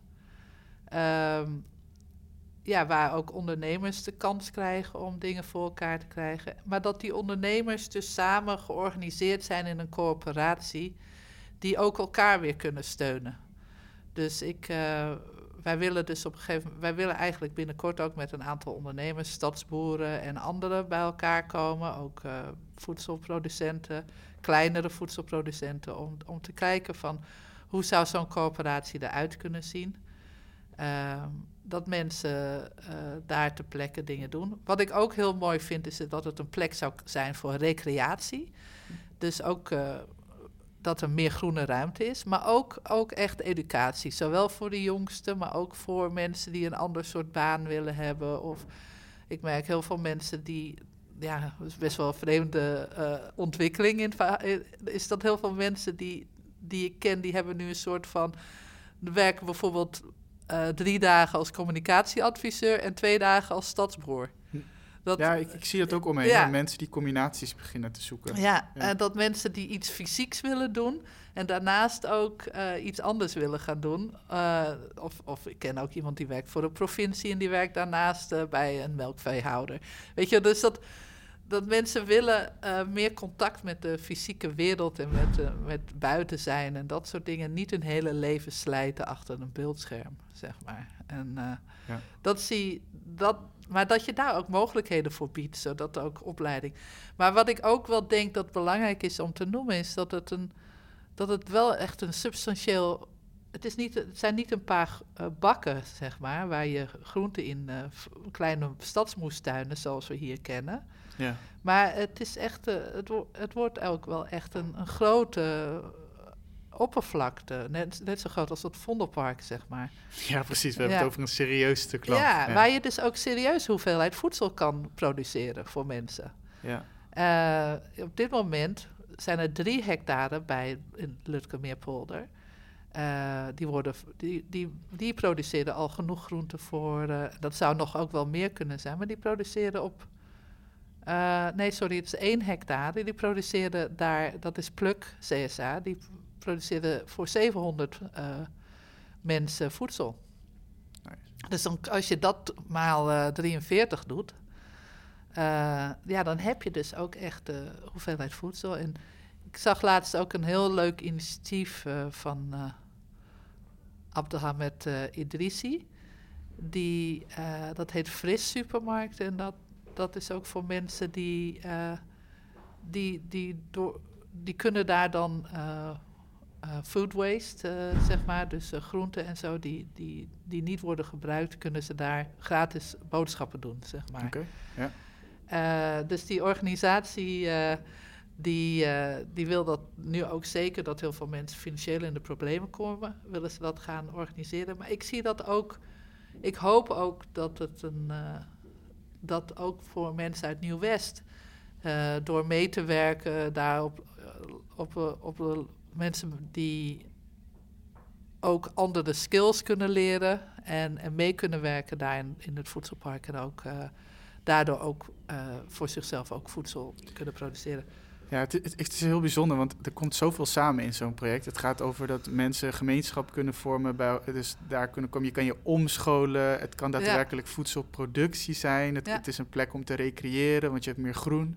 Speaker 2: Waar ook ondernemers de kans krijgen om dingen voor elkaar te krijgen. Maar dat die ondernemers dus samen georganiseerd zijn in een coöperatie die ook elkaar weer kunnen steunen. Dus wij willen dus wij willen eigenlijk binnenkort ook met een aantal ondernemers, stadsboeren en anderen bij elkaar komen. Ook voedselproducenten, kleinere voedselproducenten, om te kijken van hoe zou zo'n coöperatie eruit kunnen zien. Dat mensen daar ter plekke dingen doen. Wat ik ook heel mooi vind, is dat het een plek zou zijn voor recreatie. Dus ook dat er meer groene ruimte is. Maar ook echt educatie. Zowel voor de jongsten, maar ook voor mensen die een ander soort baan willen hebben. Of ik merk heel veel mensen die... Ja, dat is best wel een vreemde ontwikkeling. Is dat heel veel mensen die ik ken, die hebben nu een soort van... werken bijvoorbeeld 3 dagen als communicatieadviseur en 2 dagen als stadsboer.
Speaker 1: Ik zie het ook omheen. Ja. Mensen die combinaties beginnen te zoeken.
Speaker 2: En dat mensen die iets fysieks willen doen en daarnaast ook iets anders willen gaan doen. Of ik ken ook iemand die werkt voor een provincie en die werkt daarnaast bij een melkveehouder. Weet je, dus dat mensen willen meer contact met de fysieke wereld en met buiten zijn en dat soort dingen. Niet hun hele leven slijten achter een beeldscherm, zeg maar. En maar dat je daar ook mogelijkheden voor biedt, zodat ook opleiding. Maar wat ik ook wel denk dat belangrijk is om te noemen, is dat het wel echt een substantieel. Het zijn niet een paar bakken, zeg maar, waar je groenten in kleine stadsmoestuinen, zoals we hier kennen.
Speaker 1: Ja.
Speaker 2: Maar het is echt, het wordt ook wel echt een grote oppervlakte. Net zo groot als het Vondelpark, zeg maar.
Speaker 1: Ja, precies. We hebben het over een serieus stuk land.
Speaker 2: Ja, waar je dus ook serieus hoeveelheid voedsel kan produceren voor mensen.
Speaker 1: Ja.
Speaker 2: Op dit moment zijn er 3 hectare in Lutkemeerpolder. Die produceren al genoeg groenten voor. Dat zou nog ook wel meer kunnen zijn, maar die produceren op. Het is 1 hectare. Die produceerde daar, dat is Pluk CSA, die produceerde voor 700 mensen voedsel. Nice. Dus als je dat maal 43 doet, dan heb je dus ook echt de hoeveelheid voedsel. En ik zag laatst ook een heel leuk initiatief van Abdelhamed Idrissi. Dat heet Fris Supermarkt en dat is ook voor mensen die kunnen daar dan food waste, zeg maar, dus groenten en zo, die niet worden gebruikt, kunnen ze daar gratis boodschappen doen, zeg maar.
Speaker 1: Okay,
Speaker 2: dus die organisatie, die wil dat nu ook zeker, dat heel veel mensen financieel in de problemen komen, willen ze dat gaan organiseren. Maar ik zie dat ook, ik hoop ook dat het dat ook voor mensen uit Nieuw-West, door mee te werken daar op mensen die ook andere skills kunnen leren en mee kunnen werken daar in het voedselpark en ook daardoor ook voor zichzelf ook voedsel kunnen produceren.
Speaker 1: Ja, het is heel bijzonder, want er komt zoveel samen in zo'n project. Het gaat over dat mensen gemeenschap kunnen vormen. Dus daar je kan je omscholen. Het kan daadwerkelijk voedselproductie zijn. Het is een plek om te recreëren, want je hebt meer groen.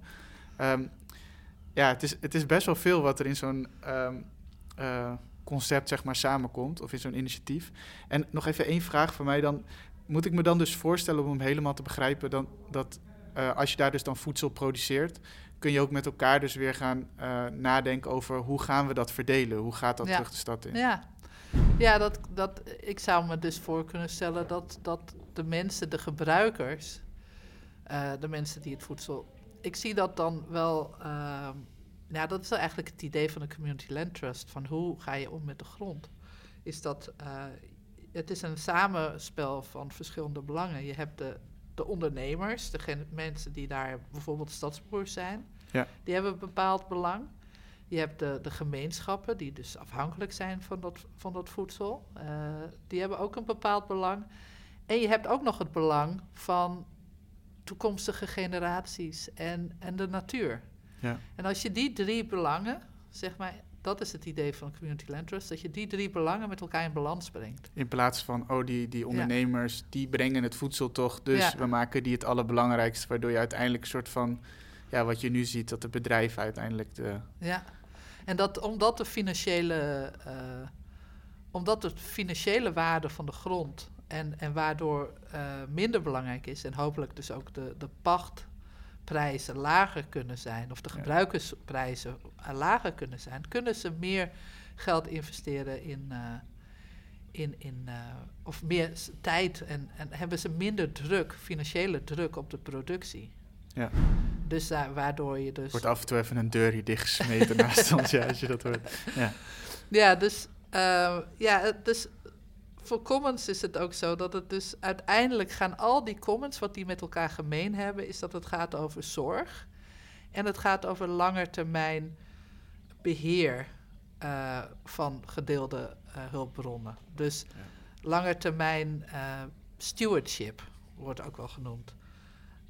Speaker 1: Het is best wel veel wat er in zo'n concept, zeg maar, samenkomt. Of in zo'n initiatief. En nog even 1 vraag van mij dan. Moet ik me dan dus voorstellen, om hem helemaal te begrijpen, dat als je daar dus dan voedsel produceert, kun je ook met elkaar dus weer gaan nadenken over hoe gaan we dat verdelen? Hoe gaat dat terug de stad in?
Speaker 2: Ja, ik zou me dus voor kunnen stellen dat de mensen, de gebruikers, de mensen die het voedsel. Ik zie dat dan wel. Dat is wel eigenlijk het idee van de Community Land Trust, van hoe ga je om met de grond. Is dat het is een samenspel van verschillende belangen. Je hebt de ondernemers, de mensen die daar bijvoorbeeld stadsboer zijn, die hebben een bepaald belang. Je hebt de gemeenschappen die dus afhankelijk zijn van dat voedsel. Die hebben ook een bepaald belang. En je hebt ook nog het belang van toekomstige generaties en de natuur.
Speaker 1: Ja.
Speaker 2: En als je die 3 belangen, zeg maar, dat is het idee van Community Land Trust, dat je die 3 belangen met elkaar in balans brengt.
Speaker 1: In plaats van, die ondernemers, die brengen het voedsel toch, dus we maken die het allerbelangrijkste, waardoor je uiteindelijk een soort van, wat je nu ziet, dat de bedrijven uiteindelijk
Speaker 2: Ja, en omdat de financiële waarde van de grond en waardoor minder belangrijk is en hopelijk dus ook de pachtprijzen lager kunnen zijn of de gebruikersprijzen lager kunnen zijn, kunnen ze meer geld investeren of meer tijd en hebben ze minder financiële druk op de productie.
Speaker 1: Ja.
Speaker 2: Dus waardoor je dus.
Speaker 1: Wordt af en toe even een deur hier dichtgesmeten naast ons, als je dat hoort.
Speaker 2: Dus voor commons is het ook zo dat het dus uiteindelijk gaan al die commons, wat die met elkaar gemeen hebben, is dat het gaat over zorg en het gaat over langetermijn beheer van gedeelde hulpbronnen. Dus langetermijn stewardship wordt ook wel genoemd.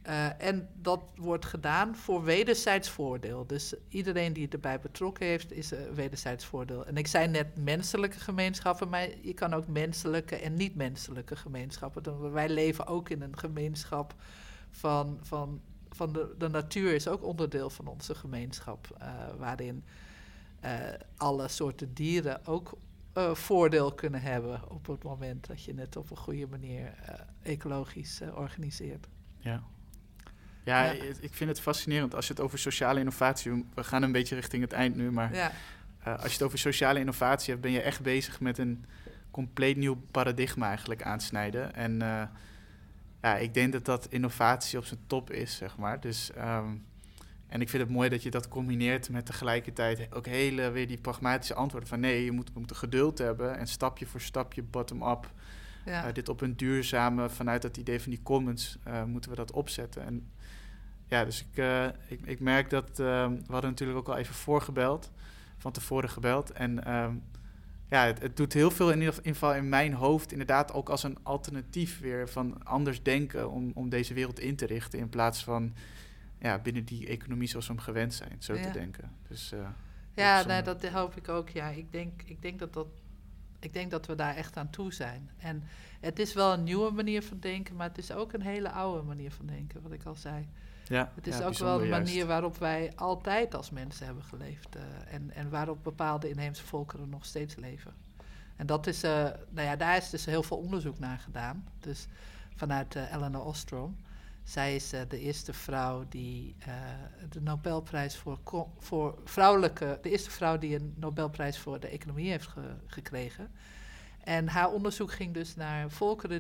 Speaker 2: En dat wordt gedaan voor wederzijds voordeel. Dus iedereen die erbij betrokken heeft, is wederzijds voordeel. En ik zei net menselijke gemeenschappen, maar je kan ook menselijke en niet-menselijke gemeenschappen. Wij leven ook in een gemeenschap van de natuur is ook onderdeel van onze gemeenschap. Waarin alle soorten dieren ook voordeel kunnen hebben op het moment dat je het op een goede manier ecologisch organiseert.
Speaker 1: Ja, ik vind het fascinerend als je het over sociale innovatie... We gaan een beetje richting het eind nu, maar als je het over sociale innovatie hebt... ben je echt bezig met een compleet nieuw paradigma eigenlijk aansnijden. En ik denk dat innovatie op zijn top is, zeg maar. Dus, en ik vind het mooi dat je dat combineert met tegelijkertijd ook weer die pragmatische antwoorden van... nee, we moeten geduld hebben en stapje voor stapje bottom-up... dit op een duurzame, vanuit dat idee van die commons, moeten we dat opzetten. En dus ik merk dat... we hadden natuurlijk ook al even van tevoren gebeld. En het doet heel veel in ieder geval in mijn hoofd... inderdaad ook als een alternatief weer van anders denken... om deze wereld in te richten... in plaats van binnen die economie zoals we hem gewend zijn, zo te denken. Dus,
Speaker 2: dat hoop ik ook. Ja, ik denk dat we daar echt aan toe zijn. En het is wel een nieuwe manier van denken... maar het is ook een hele oude manier van denken, wat ik al zei.
Speaker 1: Ja,
Speaker 2: het is ook wel een manier waarop wij altijd als mensen hebben geleefd. En waarop bepaalde inheemse volkeren nog steeds leven. En dat is, daar is dus heel veel onderzoek naar gedaan. Dus vanuit Elinor Ostrom. Zij is de eerste vrouw die de Nobelprijs voor vrouwelijke... de eerste vrouw die een Nobelprijs voor de economie heeft gekregen. En haar onderzoek ging dus naar volkeren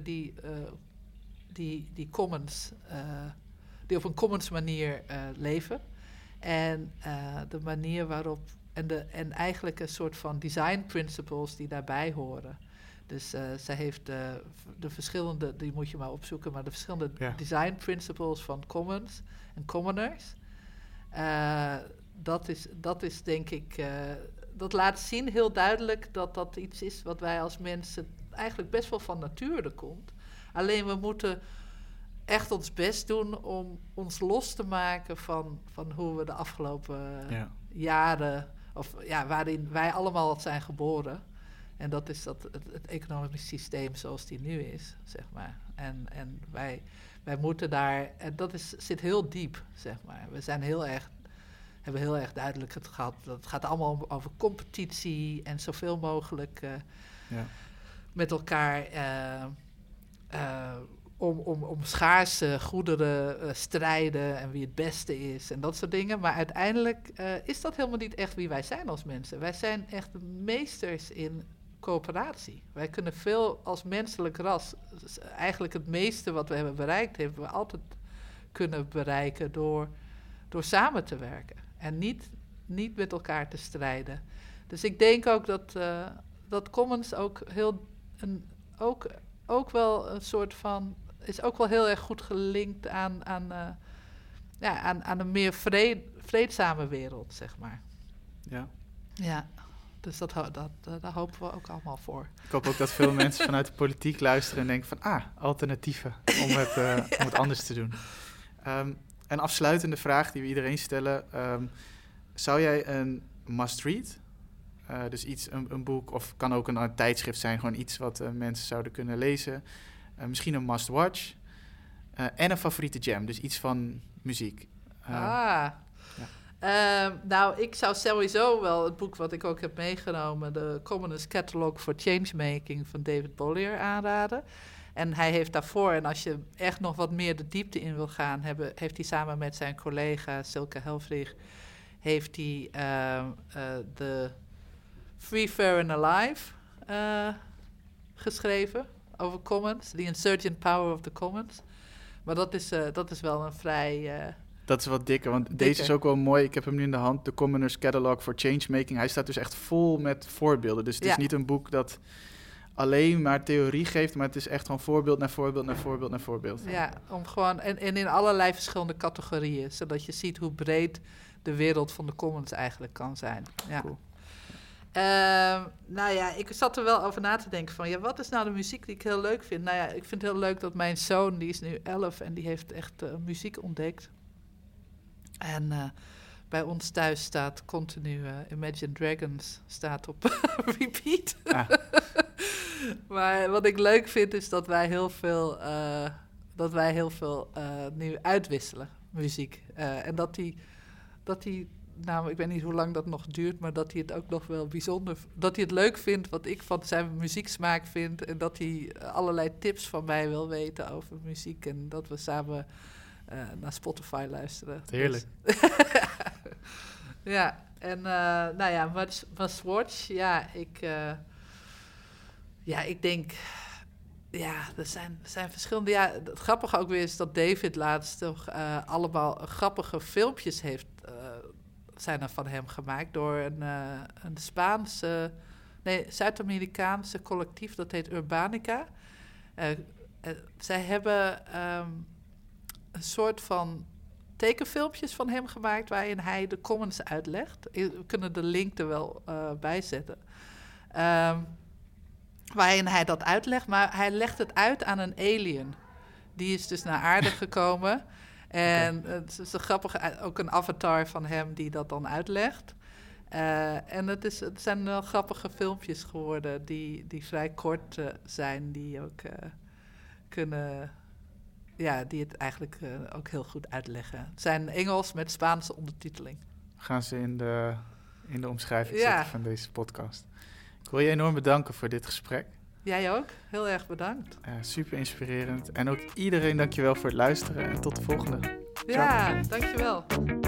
Speaker 2: die commons... die op een commons manier leven. En de manier waarop... En eigenlijk een soort van design principles die daarbij horen. Dus zij heeft de verschillende... die moet je maar opzoeken... maar de verschillende design principles van commons en commoners... dat is denk ik... dat laat zien heel duidelijk dat iets is... wat wij als mensen eigenlijk best wel van nature komt. Alleen we moeten... echt ons best doen om ons los te maken van hoe we de afgelopen jaren... waarin wij allemaal zijn geboren. En dat is het economisch systeem zoals die nu is, zeg maar. En wij moeten daar... En zit heel diep, zeg maar. We zijn hebben heel erg duidelijk het gehad... dat het gaat allemaal over competitie... en zoveel mogelijk met elkaar... om schaarse goederen strijden en wie het beste is en dat soort dingen. Maar uiteindelijk is dat helemaal niet echt wie wij zijn als mensen. Wij zijn echt meesters in coöperatie. Wij kunnen veel als menselijk ras... eigenlijk het meeste wat we hebben bereikt... hebben we altijd kunnen bereiken door samen te werken. En niet met elkaar te strijden. Dus ik denk ook dat commons ook ook wel een soort van... is ook wel heel erg goed gelinkt aan een meer vreedzame wereld, zeg maar. Ja, dus daar hopen we ook allemaal voor.
Speaker 1: Ik hoop ook dat veel mensen vanuit de politiek luisteren en denken van... alternatieven om het anders te doen. Een afsluitende vraag die we iedereen stellen. Zou jij een must-read... dus een boek, of kan ook een tijdschrift zijn... gewoon iets wat mensen zouden kunnen lezen... misschien een must-watch. En een favoriete jam, dus iets van muziek.
Speaker 2: Ik zou sowieso wel het boek wat ik ook heb meegenomen... de Commoners Catalog for Changemaking van David Bollier aanraden. En hij heeft daarvoor, en als je echt nog wat meer de diepte in wil gaan... heeft hij samen met zijn collega Silke Helfrich... heeft hij de Free, Fair and Alive geschreven... over commons, The Insurgent Power of the Commons. Maar dat is wel een vrij...
Speaker 1: dat is wat dikker, want deze is ook wel mooi. Ik heb hem nu in de hand, The Commoners Catalog for Changemaking. Hij staat dus echt vol met voorbeelden. Dus het is niet een boek dat alleen maar theorie geeft... maar het is echt gewoon voorbeeld naar voorbeeld naar voorbeeld naar voorbeeld.
Speaker 2: Ja, om gewoon... En in allerlei verschillende categorieën... zodat je ziet hoe breed de wereld van de commons eigenlijk kan zijn. Ja.
Speaker 1: Cool.
Speaker 2: Nou ja, ik zat er wel over na te denken van... wat is nou de muziek die ik heel leuk vind? Nou ja, ik vind het heel leuk dat mijn zoon, die is nu 11... en die heeft echt muziek ontdekt. En bij ons thuis staat continu Imagine Dragons staat op repeat. Ah. Maar wat ik leuk vind is dat wij heel veel nu uitwisselen, muziek. En dat hij, nou, ik weet niet hoe lang dat nog duurt, maar dat hij het ook nog wel bijzonder... dat hij het leuk vindt wat ik van zijn muzieksmaak vind... en dat hij allerlei tips van mij wil weten over muziek... en dat we samen naar Spotify luisteren.
Speaker 1: Heerlijk.
Speaker 2: Dus. Ja, en nou ja, Must Watch, ik denk... Ja, er zijn verschillende... Ja, het grappige ook weer is dat David laatst toch allemaal grappige filmpjes heeft... zijn er van hem gemaakt door een Zuid-Amerikaanse collectief, dat heet Urbanica. Zij hebben een soort van tekenfilmpjes van hem gemaakt waarin hij de comments uitlegt. We kunnen de link er wel bij zetten. Waarin hij dat uitlegt, maar hij legt het uit aan een alien. Die is dus naar aarde gekomen. En het is een grappige, ook een avatar van hem die dat dan uitlegt. En het zijn wel grappige filmpjes geworden die vrij kort zijn, die ook kunnen... Ja, die het eigenlijk ook heel goed uitleggen. Het zijn Engels met Spaanse ondertiteling.
Speaker 1: Gaan ze in de omschrijving zetten van deze podcast. Ik wil je enorm bedanken voor dit gesprek.
Speaker 2: Jij ook. Heel erg bedankt.
Speaker 1: Super inspirerend. En ook iedereen dankjewel voor het luisteren. En tot de volgende.
Speaker 2: Ja, dankjewel.